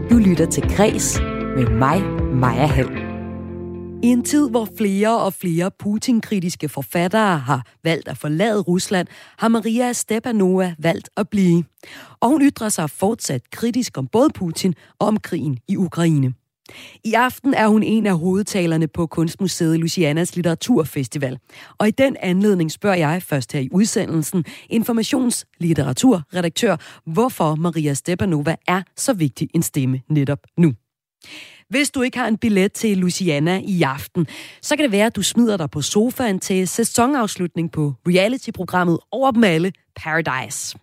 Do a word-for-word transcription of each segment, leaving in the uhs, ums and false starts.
Du lytter til Græs med mig, Maja Hall. I en tid, hvor flere og flere Putin-kritiske forfattere har valgt at forlade Rusland, har Maria Stepanova valgt at blive. Og hun ytrer sig fortsat kritisk om både Putin og om krigen i Ukraine. I aften er hun en af hovedtalerne på Kunstmuseet Louisianas Litteraturfestival. Og i den anledning spørger jeg først her i udsendelsen informationslitteraturredaktør, hvorfor Maria Stepanova er så vigtig en stemme netop nu. Hvis du ikke har en billet til Louisiana i aften, så kan det være, at du smider dig på sofaen til sæsonafslutning på reality-programmet Over dem alle, Paradise.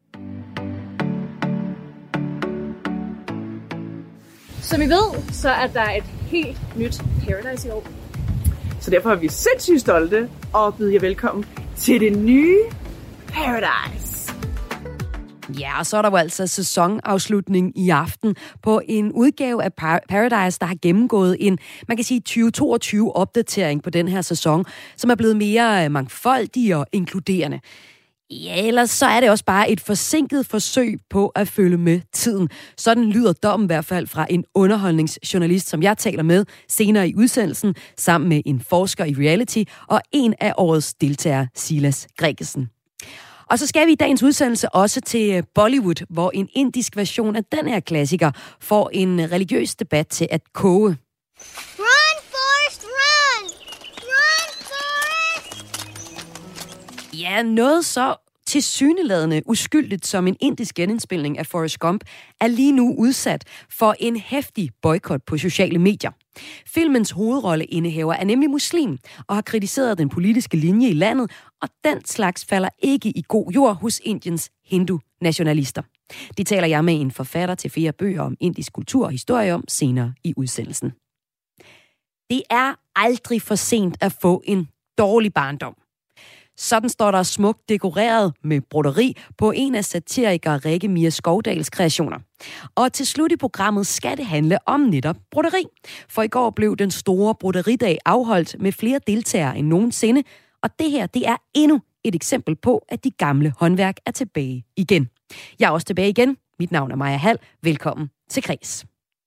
Som I ved, så er der et helt nyt Paradise i år. Så derfor er vi sindssygt stolte og byder jer velkommen til det nye Paradise. Ja, og så er der jo altså sæsonafslutning i aften på en udgave af Paradise, der har gennemgået en, man kan sige, tyve toogtyve opdatering på den her sæson, som er blevet mere mangfoldig og inkluderende. Ja, ellers så er det også bare et forsinket forsøg på at følge med tiden. Sådan lyder dommen i hvert fald fra en underholdningsjournalist, som jeg taler med senere i udsendelsen, sammen med en forsker i reality og en af årets deltagere, Silas Gregersen. Og så skal vi i dagens udsendelse også til Bollywood, hvor en indisk version af den her klassiker får en religiøs debat til at koge. Run, Forrest, run! Run, Forrest! Ja, noget så tilsyneladende uskyldigt som en indisk genindspilning af Forrest Gump er lige nu udsat for en heftig boykot på sociale medier. Filmens hovedrolleindehaver er nemlig muslim og har kritiseret den politiske linje i landet, og den slags falder ikke i god jord hos Indiens hindu-nationalister. Det taler jeg med en forfatter til flere bøger om indisk kultur og historie om senere i udsendelsen. Det er aldrig for sent at få en dårlig barndom. Sådan står der smukt dekoreret med broderi på en af satiriker Rikke Mia Skovdals kreationer. Og til slut i programmet skal det handle om netop broderi. For i går blev den store broderidag afholdt med flere deltagere end nogensinde. Og det her, det er endnu et eksempel på, at de gamle håndværk er tilbage igen. Jeg er også tilbage igen. Mit navn er Maja Hall. Velkommen til Kreds.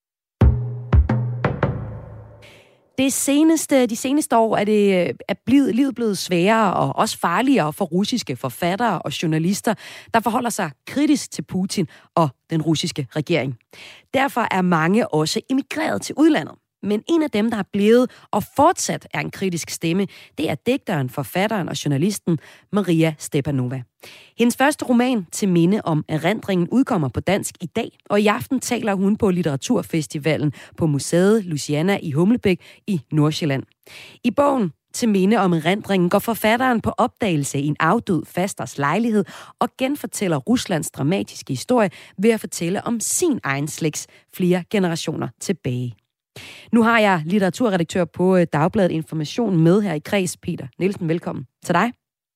Det seneste, de seneste år er det er blevet, livet blevet sværere og også farligere for russiske forfattere og journalister, der forholder sig kritisk til Putin og den russiske regering. Derfor er mange også emigreret til udlandet. Men en af dem, der er blevet og fortsat er en kritisk stemme, det er digteren, forfatteren og journalisten Maria Stepanova. Hendes første roman, Til minde om erindringen, udkommer på dansk i dag, og i aften taler hun på Litteraturfestivalen på Museet Louisiana i Humlebæk i Nordsjælland. I bogen Til minde om erindringen går forfatteren på opdagelse i en afdød fasters lejlighed og genfortæller Ruslands dramatiske historie ved at fortælle om sin egen slægts flere generationer tilbage. Nu har jeg litteraturredaktør på Dagbladet Information med her i Kreds, Peter Nielsen. Velkommen til dig.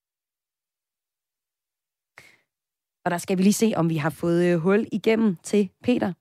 Og der skal vi lige se, om vi har fået hul igennem til Peter.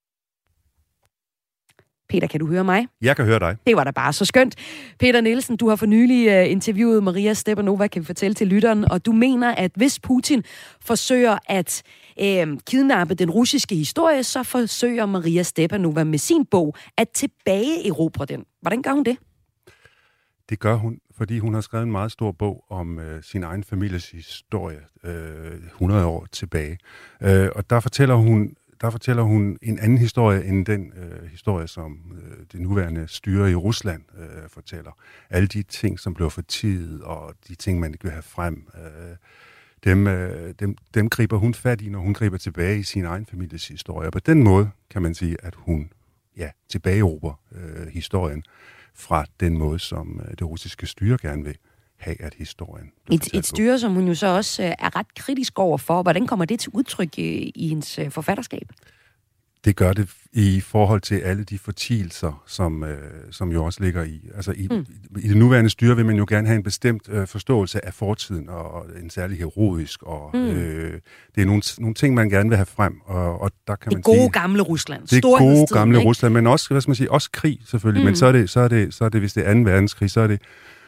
Peter, kan du høre mig? Jeg kan høre dig. Det var da bare så skønt. Peter Nielsen, du har for nylig uh, interviewet Maria Stepanova, kan vi fortælle til lytteren, og du mener, at hvis Putin forsøger at uh, kidnappe den russiske historie, så forsøger Maria Stepanova med sin bog at tilbageerobre den. Hvordan gør hun det? Det gør hun, fordi hun har skrevet en meget stor bog om øh, sin egen families historie øh, hundrede år tilbage. Øh, og der fortæller hun Der fortæller hun en anden historie end den øh, historie, som øh, det nuværende styre i Rusland øh, fortæller. Alle de ting, som bliver fortiet, og de ting, man ikke vil have frem, øh, dem, øh, dem, dem griber hun fat i, når hun griber tilbage i sin egen families historie. Og på den måde kan man sige, at hun ja, tilbageråber øh, historien fra den måde, som øh, det russiske styre gerne vil have, at historien Et, et styre, som hun jo så også øh, er ret kritisk over for. Hvordan kommer det til udtryk i, i hendes øh, forfatterskab? Det gør det i forhold til alle de fortielser, som, øh, som jo også ligger i. Altså i, mm. i det nuværende styre vil man jo gerne have en bestemt øh, forståelse af fortiden, og, og en særlig heroisk, og mm. øh, det er nogle, nogle ting, man gerne vil have frem. Og, og der kan det man gode sige, gamle Rusland. Det gode gamle ikke? Rusland, men også, hvad skal man sige, også krig selvfølgelig. Mm. Men så er det, så er det, så er det, hvis det er anden verdenskrig, så er det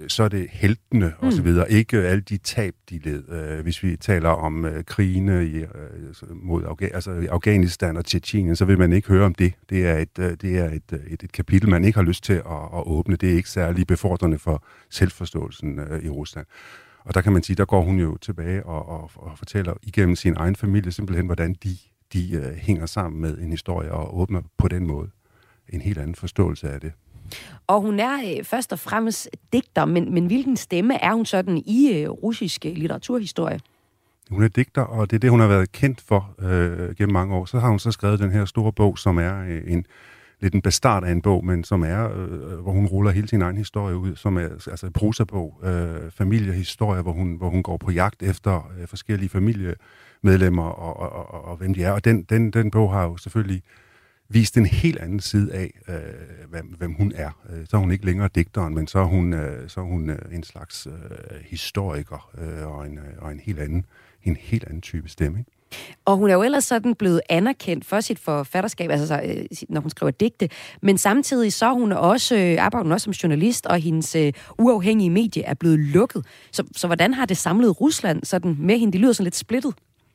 så er det heltene og så videre, ikke alle de tab, de led. Øh, hvis vi taler om øh, krigene i, øh, mod Afga- altså i Afghanistan og Tjetjenien, så vil man ikke høre om det. Det er et, øh, det er et, et, et kapitel, man ikke har lyst til at, at åbne. Det er ikke særlig befordrende for selvforståelsen øh, i Rusland. Og der kan man sige, der går hun jo tilbage og, og, og fortæller igennem sin egen familie simpelthen, hvordan de, de øh, hænger sammen med en historie og åbner på den måde en helt anden forståelse af det. Og hun er øh, først og fremmest digter, men, men hvilken stemme er hun sådan i øh, russisk litteraturhistorie? Hun er digter, og det er det, hun har været kendt for øh, gennem mange år. Så har hun så skrevet den her store bog, som er øh, en lidt en bastard af en bog, men som er, øh, hvor hun ruller hele sin egen historie ud, som er altså en prosabog, øh, familiehistorie, hvor hun, hvor hun går på jagt efter øh, forskellige familiemedlemmer og, og, og, og hvem de er. Og den, den, den bog har jo selvfølgelig vist en helt anden side af, øh, hvem, hvem hun er. Så er hun ikke længere digteren, men så er hun, øh, så er hun øh, en slags øh, historiker øh, og, en, øh, og en helt anden, en helt anden type stemme, ikke? Og hun er jo ellers sådan blevet anerkendt for sit forfatterskab, altså så, øh, når hun skriver digte, men samtidig så hun også, øh, arbejder hun også som journalist, og hendes øh, uafhængige medie er blevet lukket. Så, så hvordan har det samlet Rusland sådan med hende? Det lyder sådan lidt splittet.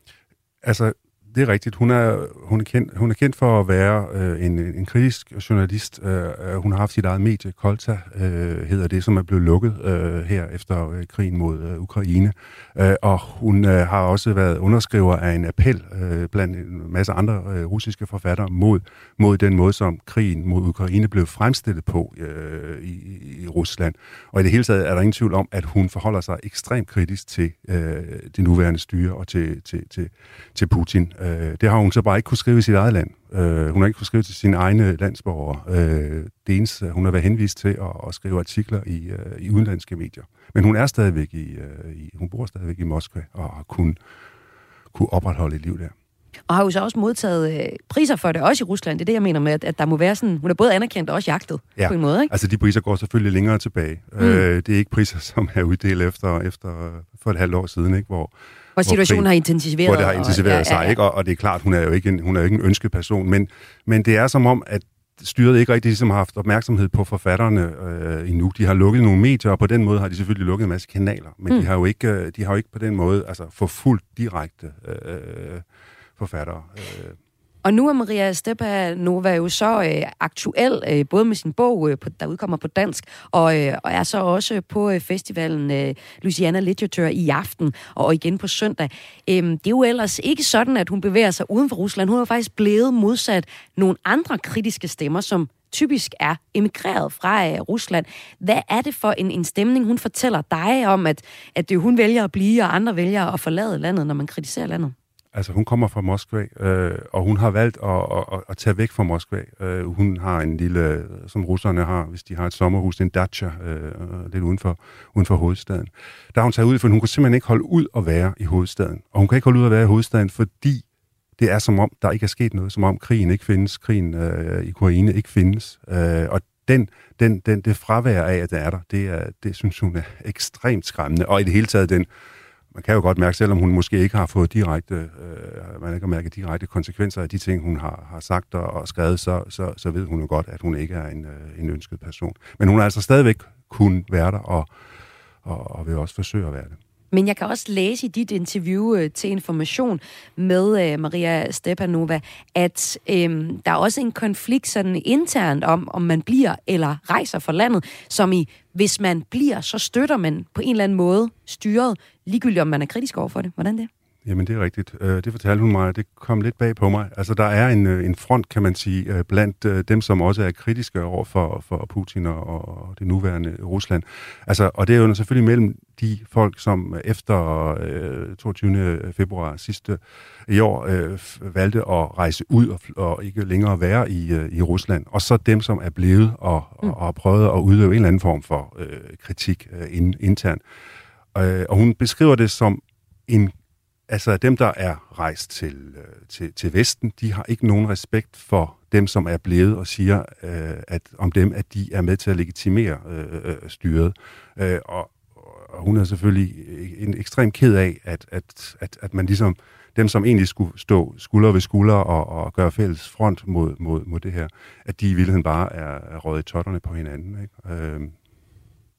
Altså, det er rigtigt. Hun er, hun er, kendt, hun er kendt for at være øh, en, en kritisk journalist. Øh, hun har haft sit eget medie, Kolta, øh, hedder det, som er blevet lukket øh, her efter øh, krigen mod øh, Ukraine. Øh, og hun øh, har også været underskriver af en appel øh, blandt en masse andre øh, russiske forfattere mod, mod den måde, som krigen mod Ukraine blev fremstillet på øh, i, i Rusland. Og i det hele taget er der ingen tvivl om, at hun forholder sig ekstremt kritisk til øh, det nuværende styre og til, til, til, til Putin. Det har hun så bare ikke kunne skrive i sit eget land. Uh, hun har ikke kunne skrive til sine egne landsborgere. Uh, det eneste, hun har været henvist til at, at skrive artikler i, uh, i udenlandske medier. Men hun er stadigvæk i, uh, i hun bor stadigvæk i Moskva og har kun kunne opretholde et liv der. Og har jo så også modtaget øh, priser for det, også i Rusland. Det er det, jeg mener med, at, at der må være sådan... Hun er både anerkendt og også jagtet, ja, på en måde, ikke? Altså de priser går selvfølgelig længere tilbage. Mm. Uh, det er ikke priser, som er uddelt efter, efter for et halvt år siden, ikke? Hvor Hvor situationen hvor har intensiveret. Hvor det har intensiveret og, ja, sig, ja, ja. Ikke? Og, og det er klart, hun er jo ikke en, hun er jo ikke en ønskeperson, men, men det er som om, at styret ikke rigtig ligesom har haft opmærksomhed på forfatterne øh, endnu. De har lukket nogle medier, og på den måde har de selvfølgelig lukket en masse kanaler, men mm. de har jo ikke, de har jo ikke på den måde altså forfulgt direkte øh, forfattere. Øh. Og nu er Maria Stepanova jo så øh, aktuel, øh, både med sin bog, øh, på, der udkommer på dansk, og, øh, og er så også på øh, festivalen øh, Louisiana Literature i aften, og igen på søndag. Øhm, det er jo ellers ikke sådan, at hun bevæger sig uden for Rusland. Hun er faktisk blevet modsat nogle andre kritiske stemmer, som typisk er emigreret fra øh, Rusland. Hvad er det for en, en stemning, hun fortæller dig om, at, at det, hun vælger at blive, og andre vælger at forlade landet, når man kritiserer landet? Altså, hun kommer fra Moskva, øh, og hun har valgt at, at, at tage væk fra Moskva. Øh, hun har en lille, som russerne har, hvis de har et sommerhus, en dacha, øh, lidt uden for, uden for hovedstaden. Der har hun taget ud, for hun kunne simpelthen ikke holde ud at være i hovedstaden. Og hun kan ikke holde ud at være i hovedstaden, fordi det er som om, der ikke er sket noget, som om krigen ikke findes, krigen øh, i Ukraine ikke findes. Øh, og den, den, den, det fravær af, at det er der, det, er, det synes hun er ekstremt skræmmende. Og i det hele taget den... Man kan jo godt mærke, selvom hun måske ikke har fået direkte, øh, man ikke har mærket direkte konsekvenser af de ting, hun har, har sagt og, og skrevet, så, så, så ved hun jo godt, at hun ikke er en, øh, en ønsket person. Men hun har altså stadigvæk kun være der, og, og, og vil også forsøge at være det. Men jeg kan også læse i dit interview øh, til Information med øh, Maria Stepanova, at øh, der er også en konflikt sådan internt om, om man bliver eller rejser fra landet, som i, hvis man bliver, så støtter man på en eller anden måde styret, ligegyldigt om man er kritisk over for det. Hvordan det? Jamen, det er rigtigt. Det fortalte hun mig, det kom lidt bag på mig. Altså, der er en, en front, kan man sige, blandt dem, som også er kritiske over for, for Putin og, og det nuværende Rusland. Altså, og det er jo selvfølgelig mellem de folk, som efter øh, toogtyvende februar sidste i år øh, valgte at rejse ud og, og ikke længere være i, øh, i Rusland, og så dem, som er blevet og, og, og har prøvet at udøve en eller anden form for øh, kritik øh, internt. Øh, og hun beskriver det som en Altså dem, der er rejst til, til, til Vesten, de har ikke nogen respekt for dem, som er blevet og siger øh, at om dem, at de er med til at legitimere øh, styret. Øh, og, og hun er selvfølgelig en ekstrem ked af, at, at, at, at man ligesom, dem som egentlig skulle stå skulder ved skulder og, og gøre fælles front mod, mod, mod det her, at de i virkeligheden bare er, er røget i totterne på hinanden, ikke? Øh.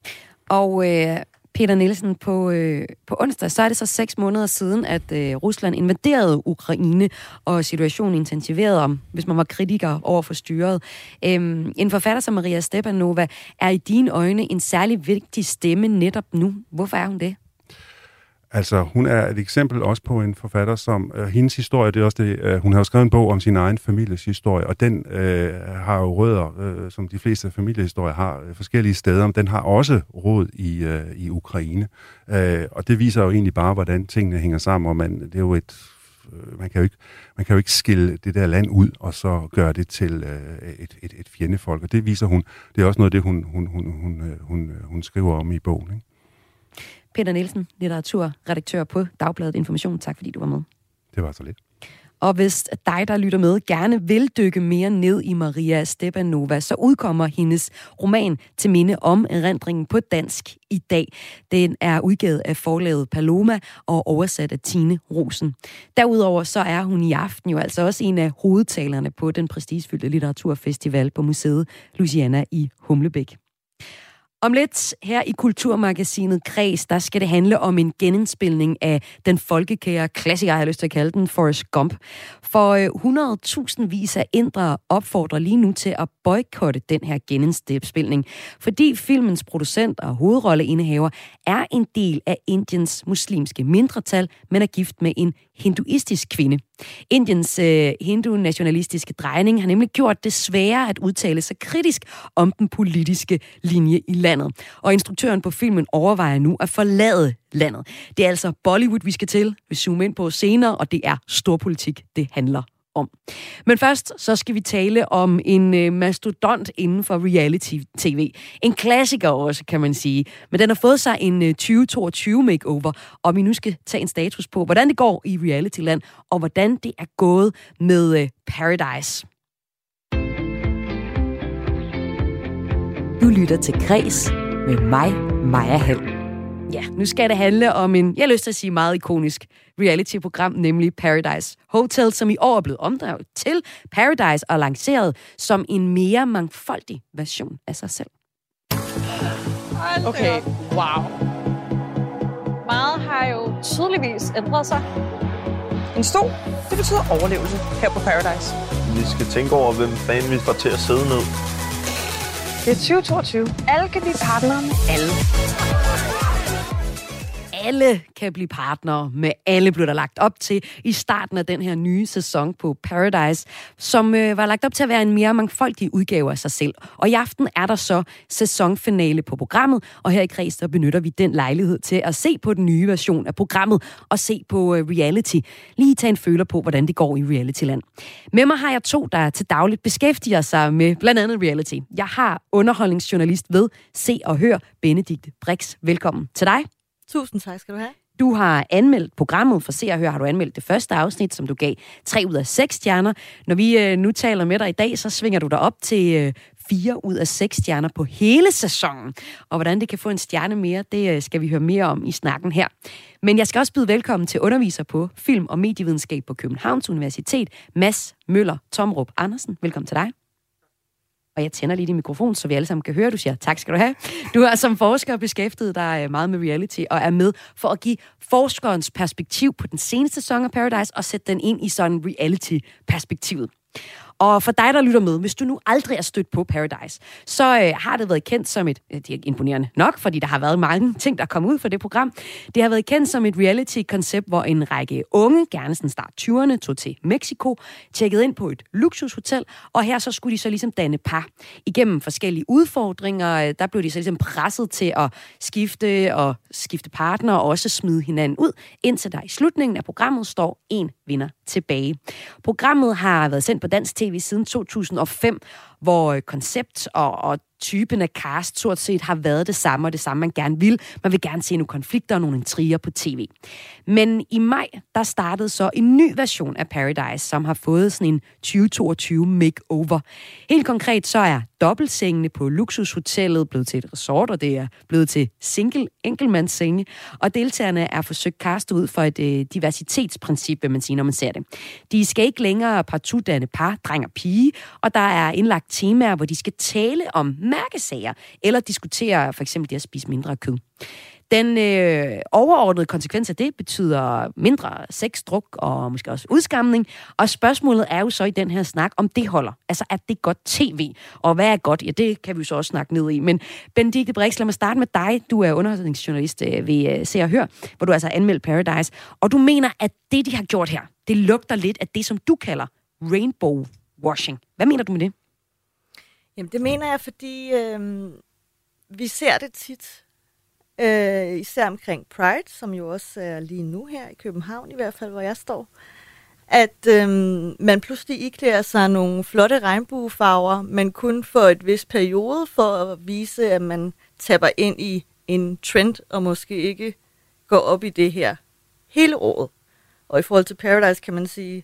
Og øh, Peter Nielsen, på, øh, på onsdag, så er det så seks måneder siden, at øh, Rusland invaderede Ukraine, og situationen intensiverede om, hvis man var kritiker over for styret. Øhm, en forfatter som Maria Stepanova er i dine øjne en særlig vigtig stemme netop nu. Hvorfor er hun det? Altså, hun er et eksempel også på en forfatter, som øh, hendes historie, det er også det, øh, hun har jo skrevet en bog om sin egen families historie, og den øh, har jo rødder, øh, som de fleste familiehistorier har, øh, forskellige steder, men den har også rod i, øh, i Ukraine. Øh, og det viser jo egentlig bare, hvordan tingene hænger sammen, og man, det er jo et, øh, man, kan jo ikke, man kan jo ikke skille det der land ud, og så gøre det til øh, et, et, et fjendefolk, og det viser hun, det er også noget af det, hun, hun, hun, hun, hun, hun skriver om i bogen, ikke? Peter Nielsen, litteraturredaktør på Dagbladet Information. Tak fordi du var med. Det var så lidt. Og hvis dig, der lytter med, gerne vil dykke mere ned i Maria Stepanova, så udkommer hendes roman Til minde om erindringen på dansk i dag. Den er udgivet af forlaget Paloma og oversat af Tine Rosen. Derudover så er hun i aften jo altså også en af hovedtalerne på den prestigefyldte litteraturfestival på museet Louisiana i Humlebæk. Om lidt her i Kulturmagasinet Kreds, der skal det handle om en genindspilning af den folkekære klassiker, jeg har lyst til at kalde den, Forrest Gump. For hundredtusindvis af indere opfordrer lige nu til at boykotte den her genindspilning, fordi filmens producent og hovedrolleindehaver er en del af Indiens muslimske mindretal, men er gift med en hinduistisk kvinde. Indiens øh, hindu-nationalistiske drejning har nemlig gjort det sværere at udtale sig kritisk om den politiske linje i landet. Og instruktøren på filmen overvejer nu at forlade landet. Det er altså Bollywood, vi skal til. Vi zoomer ind på senere, og det er storpolitik, det handler om. Men først så skal vi tale om en øh, mastodont inden for reality-tv. En klassiker også, kan man sige. Men den har fået sig en øh, tyve toogtyve makeover, og vi nu skal tage en status på, hvordan det går i reality-land, og hvordan det er gået med øh, Paradise. Du lytter til Kreds med mig, Maja Hall. Ja, nu skal det handle om en, jeg har lyst til at sige meget ikonisk reality-program, nemlig Paradise Hotel, som i år er blevet omdraget til Paradise og lanceret som en mere mangfoldig version af sig selv. Okay, wow. Meget har jo tydeligvis ændret sig. En stol, det betyder overlevelse her på Paradise. Vi skal tænke over, hvem fanden vi får til at sidde ned. Det er tyve toogtyve. Alle kan blive partnere med alle. Alle kan blive partnere med alle, blev der lagt op til i starten af den her nye sæson på Paradise, som øh, var lagt op til at være en mere mangfoldig udgave af sig selv. Og i aften er der så sæsonfinale på programmet, og her i Kreds, der benytter vi den lejlighed til at se på den nye version af programmet og se på øh, reality. Lige tage en føler på, hvordan det går i realityland. Med mig har jeg to, der til dagligt beskæftiger sig med blandt andet reality. Jeg har underholdningsjournalist ved Se og Hør, Benedikte Brix. Velkommen til dig. Tusind tak skal du have. Du har anmeldt programmet for Se og Hør, har du anmeldt det første afsnit, som du gav tre ud af seks stjerner. Når vi øh, nu taler med dig i dag, så svinger du dig op til øh, fire ud af seks stjerner på hele sæsonen. Og hvordan det kan få en stjerne mere, det øh, skal vi høre mere om i snakken her. Men jeg skal også byde velkommen til underviser på film- og medievidenskab på Københavns Universitet, Mads Møller Tomrup Andersen. Velkommen til dig. Og jeg tænder lige din mikrofon, så vi alle sammen kan høre, du siger tak skal du have. Du er som forsker beskæftiget dig meget med reality, og er med for at give forskerens perspektiv på den seneste sæson af Paradise, og sætte den ind i sådan reality-perspektivet. Og for dig, der lytter med, hvis du nu aldrig er stødt på Paradise, så øh, har det været kendt som et, det er imponerende nok, fordi der har været mange ting, der er kommet ud fra det program. Det har været kendt som et reality-koncept, hvor en række unge, gerne sådan start tyverne, tog til Mexico, tjekkede ind på et luksushotel, og her så skulle de så ligesom danne par. Igennem forskellige udfordringer, der blev de så ligesom presset til at skifte og skifte partner, og også smide hinanden ud, indtil der i slutningen af programmet står en vinder tilbage. Programmet har været sendt på dansk tv siden to tusind og fem, hvor koncept og, og typen af cast stort set har været det samme, og det samme man gerne vil. Man vil gerne se nogle konflikter og nogle intriger på tv. Men i maj, der startede så en ny version af Paradise, som har fået sådan en tyve toogtyve makeover. Helt konkret så er dobbeltsengene på luksushotellet blevet til et resort, og det er blevet til single enkeltmandssenge, og deltagerne er forsøgt castet ud for et øh, diversitetsprincip, vil man sige, når man ser det. De skal ikke længere partout danne par, dreng og pige, og der er indlagt temaer, hvor de skal tale om mærkesager, eller diskutere for eksempel det at spise mindre kød. Den øh, overordnede konsekvens af det betyder mindre sex, druk og måske også udskamning. Og spørgsmålet er jo så i den her snak, om det holder. Altså, er det godt tv? Og hvad er godt? Ja, det kan vi jo så også snakke ned i. Men Benedikte Brix, lad mig starte med dig. Du er underholdningsjournalist ved Se og Hør, hvor du altså har anmeldt Paradise. Og du mener, at det, de har gjort her, det lugter lidt af det, som du kalder rainbow washing. Hvad mener du med det? Jamen, det mener jeg, fordi øh, vi ser det tit. Øh, især omkring Pride, som jo også er lige nu her i København, i hvert fald, hvor jeg står, at øh, man pludselig iklæder sig nogle flotte regnbuefarver, men kun for et vis periode, for at vise, at man tapper ind i en trend, og måske ikke går op i det her hele året. Og i forhold til Paradise kan man sige,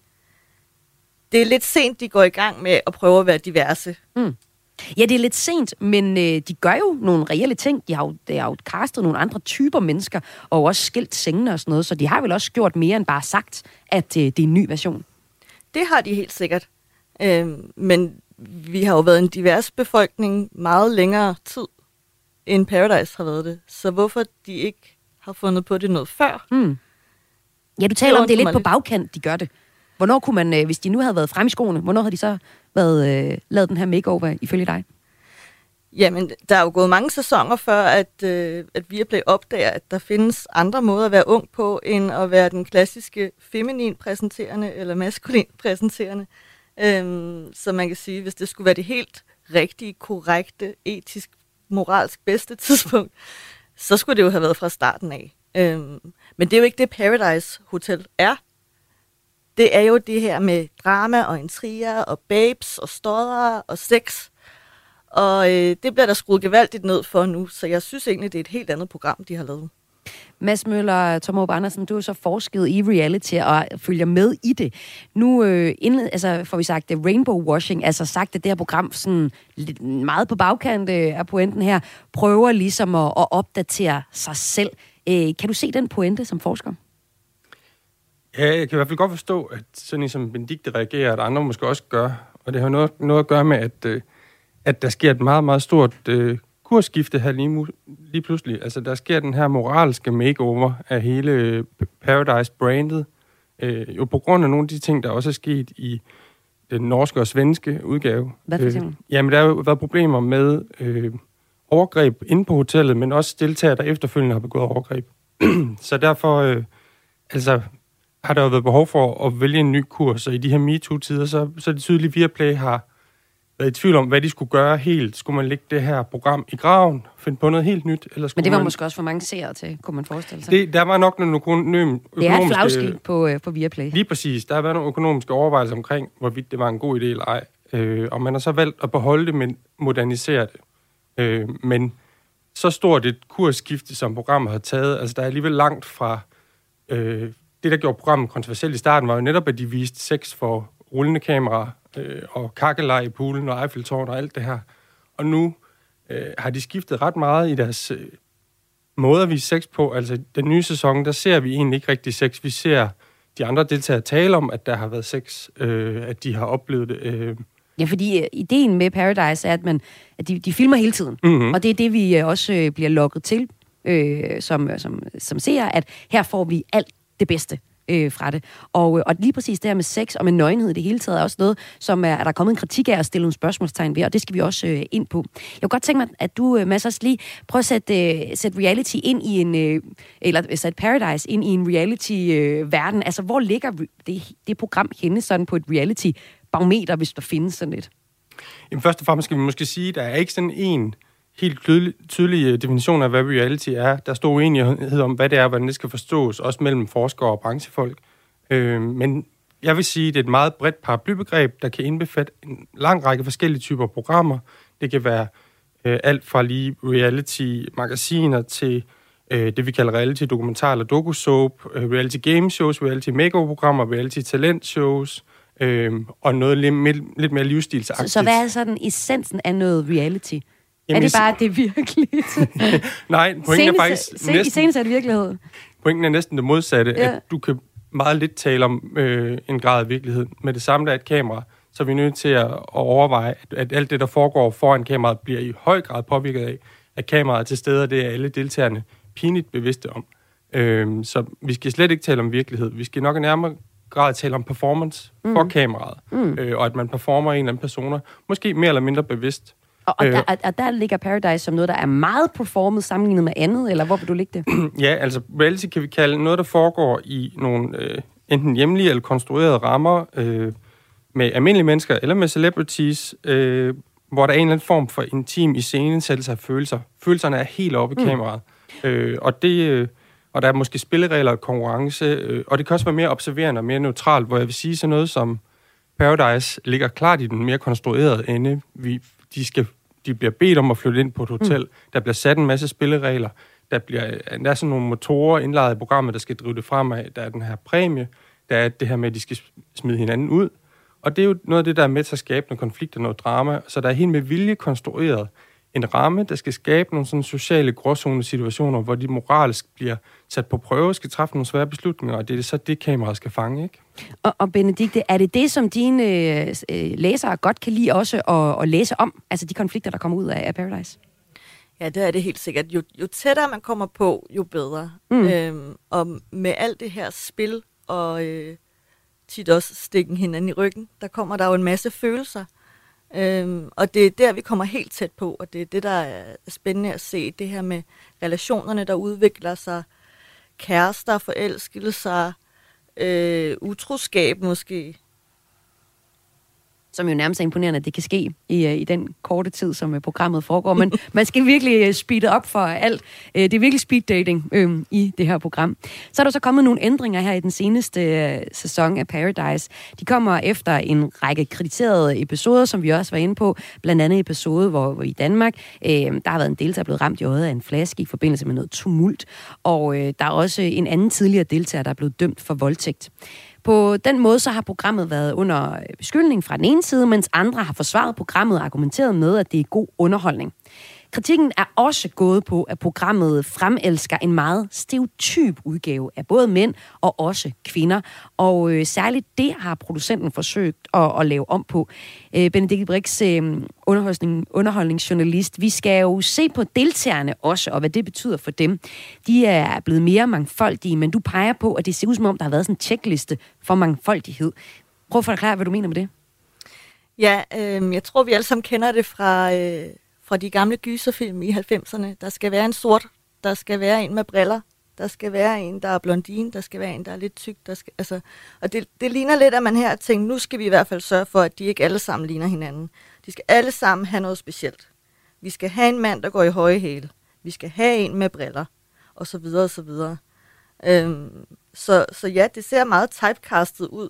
det er lidt sent, de går i gang med at prøve at være diverse. Mm. Ja, det er lidt sent, men øh, de gør jo nogle reelle ting. De har jo, de har jo castet nogle andre typer mennesker, og også skilt sengene og sådan noget, så de har vel også gjort mere end bare sagt, at øh, det er en ny version. Det har de helt sikkert. Øh, men vi har jo været en divers befolkning meget længere tid, end Paradise har været det. Så hvorfor de ikke har fundet på det noget før? Mm. Ja, du taler det om, det er lidt på bagkant, de gør det. Hvornår kunne man, øh, hvis de nu havde været frem i skoene, hvornår havde de så været, øh, lavet den her makeover ifølge dig? Jamen, der er jo gået mange sæsoner før, at, øh, at Viaplay opdager, at der findes andre måder at være ung på, end at være den klassiske feminin præsenterende eller maskulin præsenterende. Øhm, så man kan sige, hvis det skulle være det helt rigtige, korrekte, etisk, moralsk bedste tidspunkt, så skulle det jo have været fra starten af. Øhm, men det er jo ikke det, Paradise Hotel er. Det er jo det her med drama og intriger og babes og stodder og sex. Og øh, det bliver der skruet gevaldigt ned for nu, så jeg synes egentlig, det er et helt andet program, de har lavet. Mads Møller, Tom Aab Andersen, du er så forsket i reality og følger med i det. Nu øh, indled, altså, får vi sagt det rainbow washing, altså sagt, at det her program sådan lidt meget på bagkant øh, af pointen her, prøver ligesom at, at opdatere sig selv. Øh, kan du se den pointe som forsker? Ja, jeg kan i hvert fald godt forstå, at sådan som Benedikte reagerer, at andre måske også gør. Og det har noget, noget at gøre med, at, øh, at der sker et meget, meget stort øh, kursskifte her lige, lige pludselig. Altså, der sker den her moralske makeover af hele øh, Paradise-brandet. Øh, jo på grund af nogle af de ting, der også er sket i den norske og svenske udgave. Hvad for eksempel? Øh, jamen, der har jo været problemer med øh, overgreb inde på hotellet, men også deltagere, der efterfølgende har begået overgreb. Så derfor, øh, altså... har der jo været behov for at vælge en ny kurs, og i de her MeToo-tider, så, så er det tydeligt, at Viaplay har været i tvivl om, hvad de skulle gøre helt. Skulle man lægge det her program i graven, finde på noget helt nyt? Eller skulle Men det var man... måske også for mange seere til, kunne man forestille sig. Det, der var nok nogle økonomiske... Det er et flagskib på, øh, på Viaplay. Lige præcis. Der har været nogle økonomiske overvejelser omkring, hvorvidt det var en god idé eller ej. Øh, og man har så valgt at beholde det, men modernisere det. Øh, men så stort et kursskifte, som programmet har taget, altså der er alligevel langt fra... Øh, Det, der gjorde programmet kontroversielt i starten, var jo netop, at de viste sex for rullende kameraer øh, og kakkelej i poolen og Eiffeltårn og alt det her. Og nu øh, har de skiftet ret meget i deres øh, måde at vise sex på. Altså, den nye sæson, der ser vi egentlig ikke rigtig sex. Vi ser de andre deltagere tale om, at der har været sex, øh, at de har oplevet det. Øh. Ja, fordi øh, ideen med Paradise er, at, man, at de, de filmer hele tiden. Mm-hmm. Og det er det, vi øh, også øh, bliver lokket til, øh, som, som, som ser, at her får vi alt det bedste øh, fra det. Og, og lige præcis det her med sex og med nøgenhed i det hele taget er også noget, som er, er der kommet en kritik af at stille nogle spørgsmålstegn ved, og det skal vi også øh, ind på. Jeg kunne godt tænke mig, at du, Mads, også lige prøver at sætte, øh, sætte reality ind i en, øh, eller sætte Paradise ind i en reality-verden. Øh, altså, hvor ligger det, det program henne sådan på et reality-barometer, hvis der findes sådan et? Jamen, først og fremmest skal vi måske sige, at der er ikke sådan en helt tydelig, tydelig definition af, hvad reality er. Der står uenighed om, hvad det er, hvordan det skal forstås, også mellem forskere og branchefolk. Øh, men jeg vil sige, at det er et meget bredt paraplybegreb, der kan indbefatte en lang række forskellige typer programmer. Det kan være øh, alt fra lige reality-magasiner til øh, det, vi kalder reality-dokumentar eller doku-soap, øh, reality-game-shows, reality-makeover-programmer, reality-talent-shows, øh, og noget lidt, lidt mere livsstilsagtigt. Så, så hvad er sådan essensen af noget reality? Jamen, er det bare det virkeligt? Nej, pointen Senest, er faktisk se, næsten... I seneste virkelighed. Pointen er næsten det modsatte, ja. At du kan meget lidt tale om øh, en grad af virkelighed. Med det samme, der er et kamera så er vi nødt til at overveje, at, at alt det, der foregår foran kameraet, bliver i høj grad påvirket af, at kameraet er til stede, og det er alle deltagerne pinligt bevidste om. Øhm, så vi skal slet ikke tale om virkelighed. Vi skal nok i nærmere grad tale om performance mm. for kameraet, mm. øh, og at man performer en eller anden persona, måske mere eller mindre bevidst. Og, og, øh, der, og der ligger Paradise som noget, der er meget performet sammenlignet med andet, eller hvor vil du ligge det? Ja, altså reality kan vi kalde noget, der foregår i nogle øh, enten hjemlige eller konstruerede rammer øh, med almindelige mennesker eller med celebrities, øh, hvor der er en eller anden form for intim iscenesættelse af følelser. Følelserne er helt oppe i mm. kameraet. Øh, og, det, øh, og der er måske spilleregler og konkurrence, øh, og det kan også være mere observerende og mere neutralt, hvor jeg vil sige sådan noget som Paradise ligger klart i den mere konstruerede ende. Vi, de, skal, de bliver bedt om at flytte ind på et hotel. Mm. Der bliver sat en masse spilleregler. Der, bliver, der er sådan nogle motorer indlejet i programmet, der skal drive det fremad. Der er den her præmie. Der er det her med, at de skal smide hinanden ud. Og det er jo noget af det, der er med til at skabe nogle konflikter, noget drama. Så der er helt med vilje konstrueret en ramme, der skal skabe nogle sådan sociale gråzone-situationer, hvor de moralsk bliver sat på prøve, skal træffe nogle svære beslutninger, og det er så det, kameraet skal fange, ikke? Og, og Benedikte, er det det, som dine øh, læsere godt kan lide også at, at læse om? Altså de konflikter, der kommer ud af, af Paradise? Ja, det er det helt sikkert. Jo, jo tættere man kommer på, jo bedre. Mm. Øhm, og med alt det her spil, og øh, tit også stikken hinanden i ryggen, der kommer der jo en masse følelser. Øhm, og det er der, vi kommer helt tæt på, og det er det, der er spændende at se. Det her med relationerne, der udvikler sig, kærester, forelskelser, øh, utroskab måske. Som jo nærmest er imponerende, at det kan ske i, i den korte tid, som programmet foregår. Men man skal virkelig speede op for alt. Det er virkelig speed dating øhm, i det her program. Så er der så kommet nogle ændringer her i den seneste øh, sæson af Paradise. De kommer efter en række krediterede episoder, som vi også var inde på. Blandt andet episode, hvor, hvor i Danmark, øh, der har været en deltager blevet ramt i øjet af en flaske i forbindelse med noget tumult. Og øh, der er også en anden tidligere deltager, der er blevet dømt for voldtægt. På den måde så har programmet været under beskyldning fra den ene side, mens andre har forsvaret programmet og argumenteret med, at det er god underholdning. Kritikken er også gået på, at programmet fremelsker en meget stereotyp udgave af både mænd og også kvinder. Og øh, særligt det har producenten forsøgt at, at lave om på. Øh, Benedikte Brix, øh, underholdning, underholdningsjournalist, vi skal jo se på deltagerne også, og hvad det betyder for dem. De er blevet mere mangfoldige, men du peger på, at det ser ud som om, der har været sådan en checkliste for mangfoldighed. Prøv at forklare, hvad du mener med det. Ja, øh, jeg tror, vi alle sammen kender det fra... Øh fra de gamle gyserfilm i halvfemserne. Der skal være en sort, der skal være en med briller, der skal være en, der er blondine, der skal være en, der er lidt tyk. Der skal, altså, og det, det ligner lidt, at man her tænker, nu skal vi i hvert fald sørge for, at de ikke alle sammen ligner hinanden. De skal alle sammen have noget specielt. Vi skal have en mand, der går i høje hæle. Vi skal have en med briller, og så videre, og så videre. Øhm, så, så ja, det ser meget typecastet ud,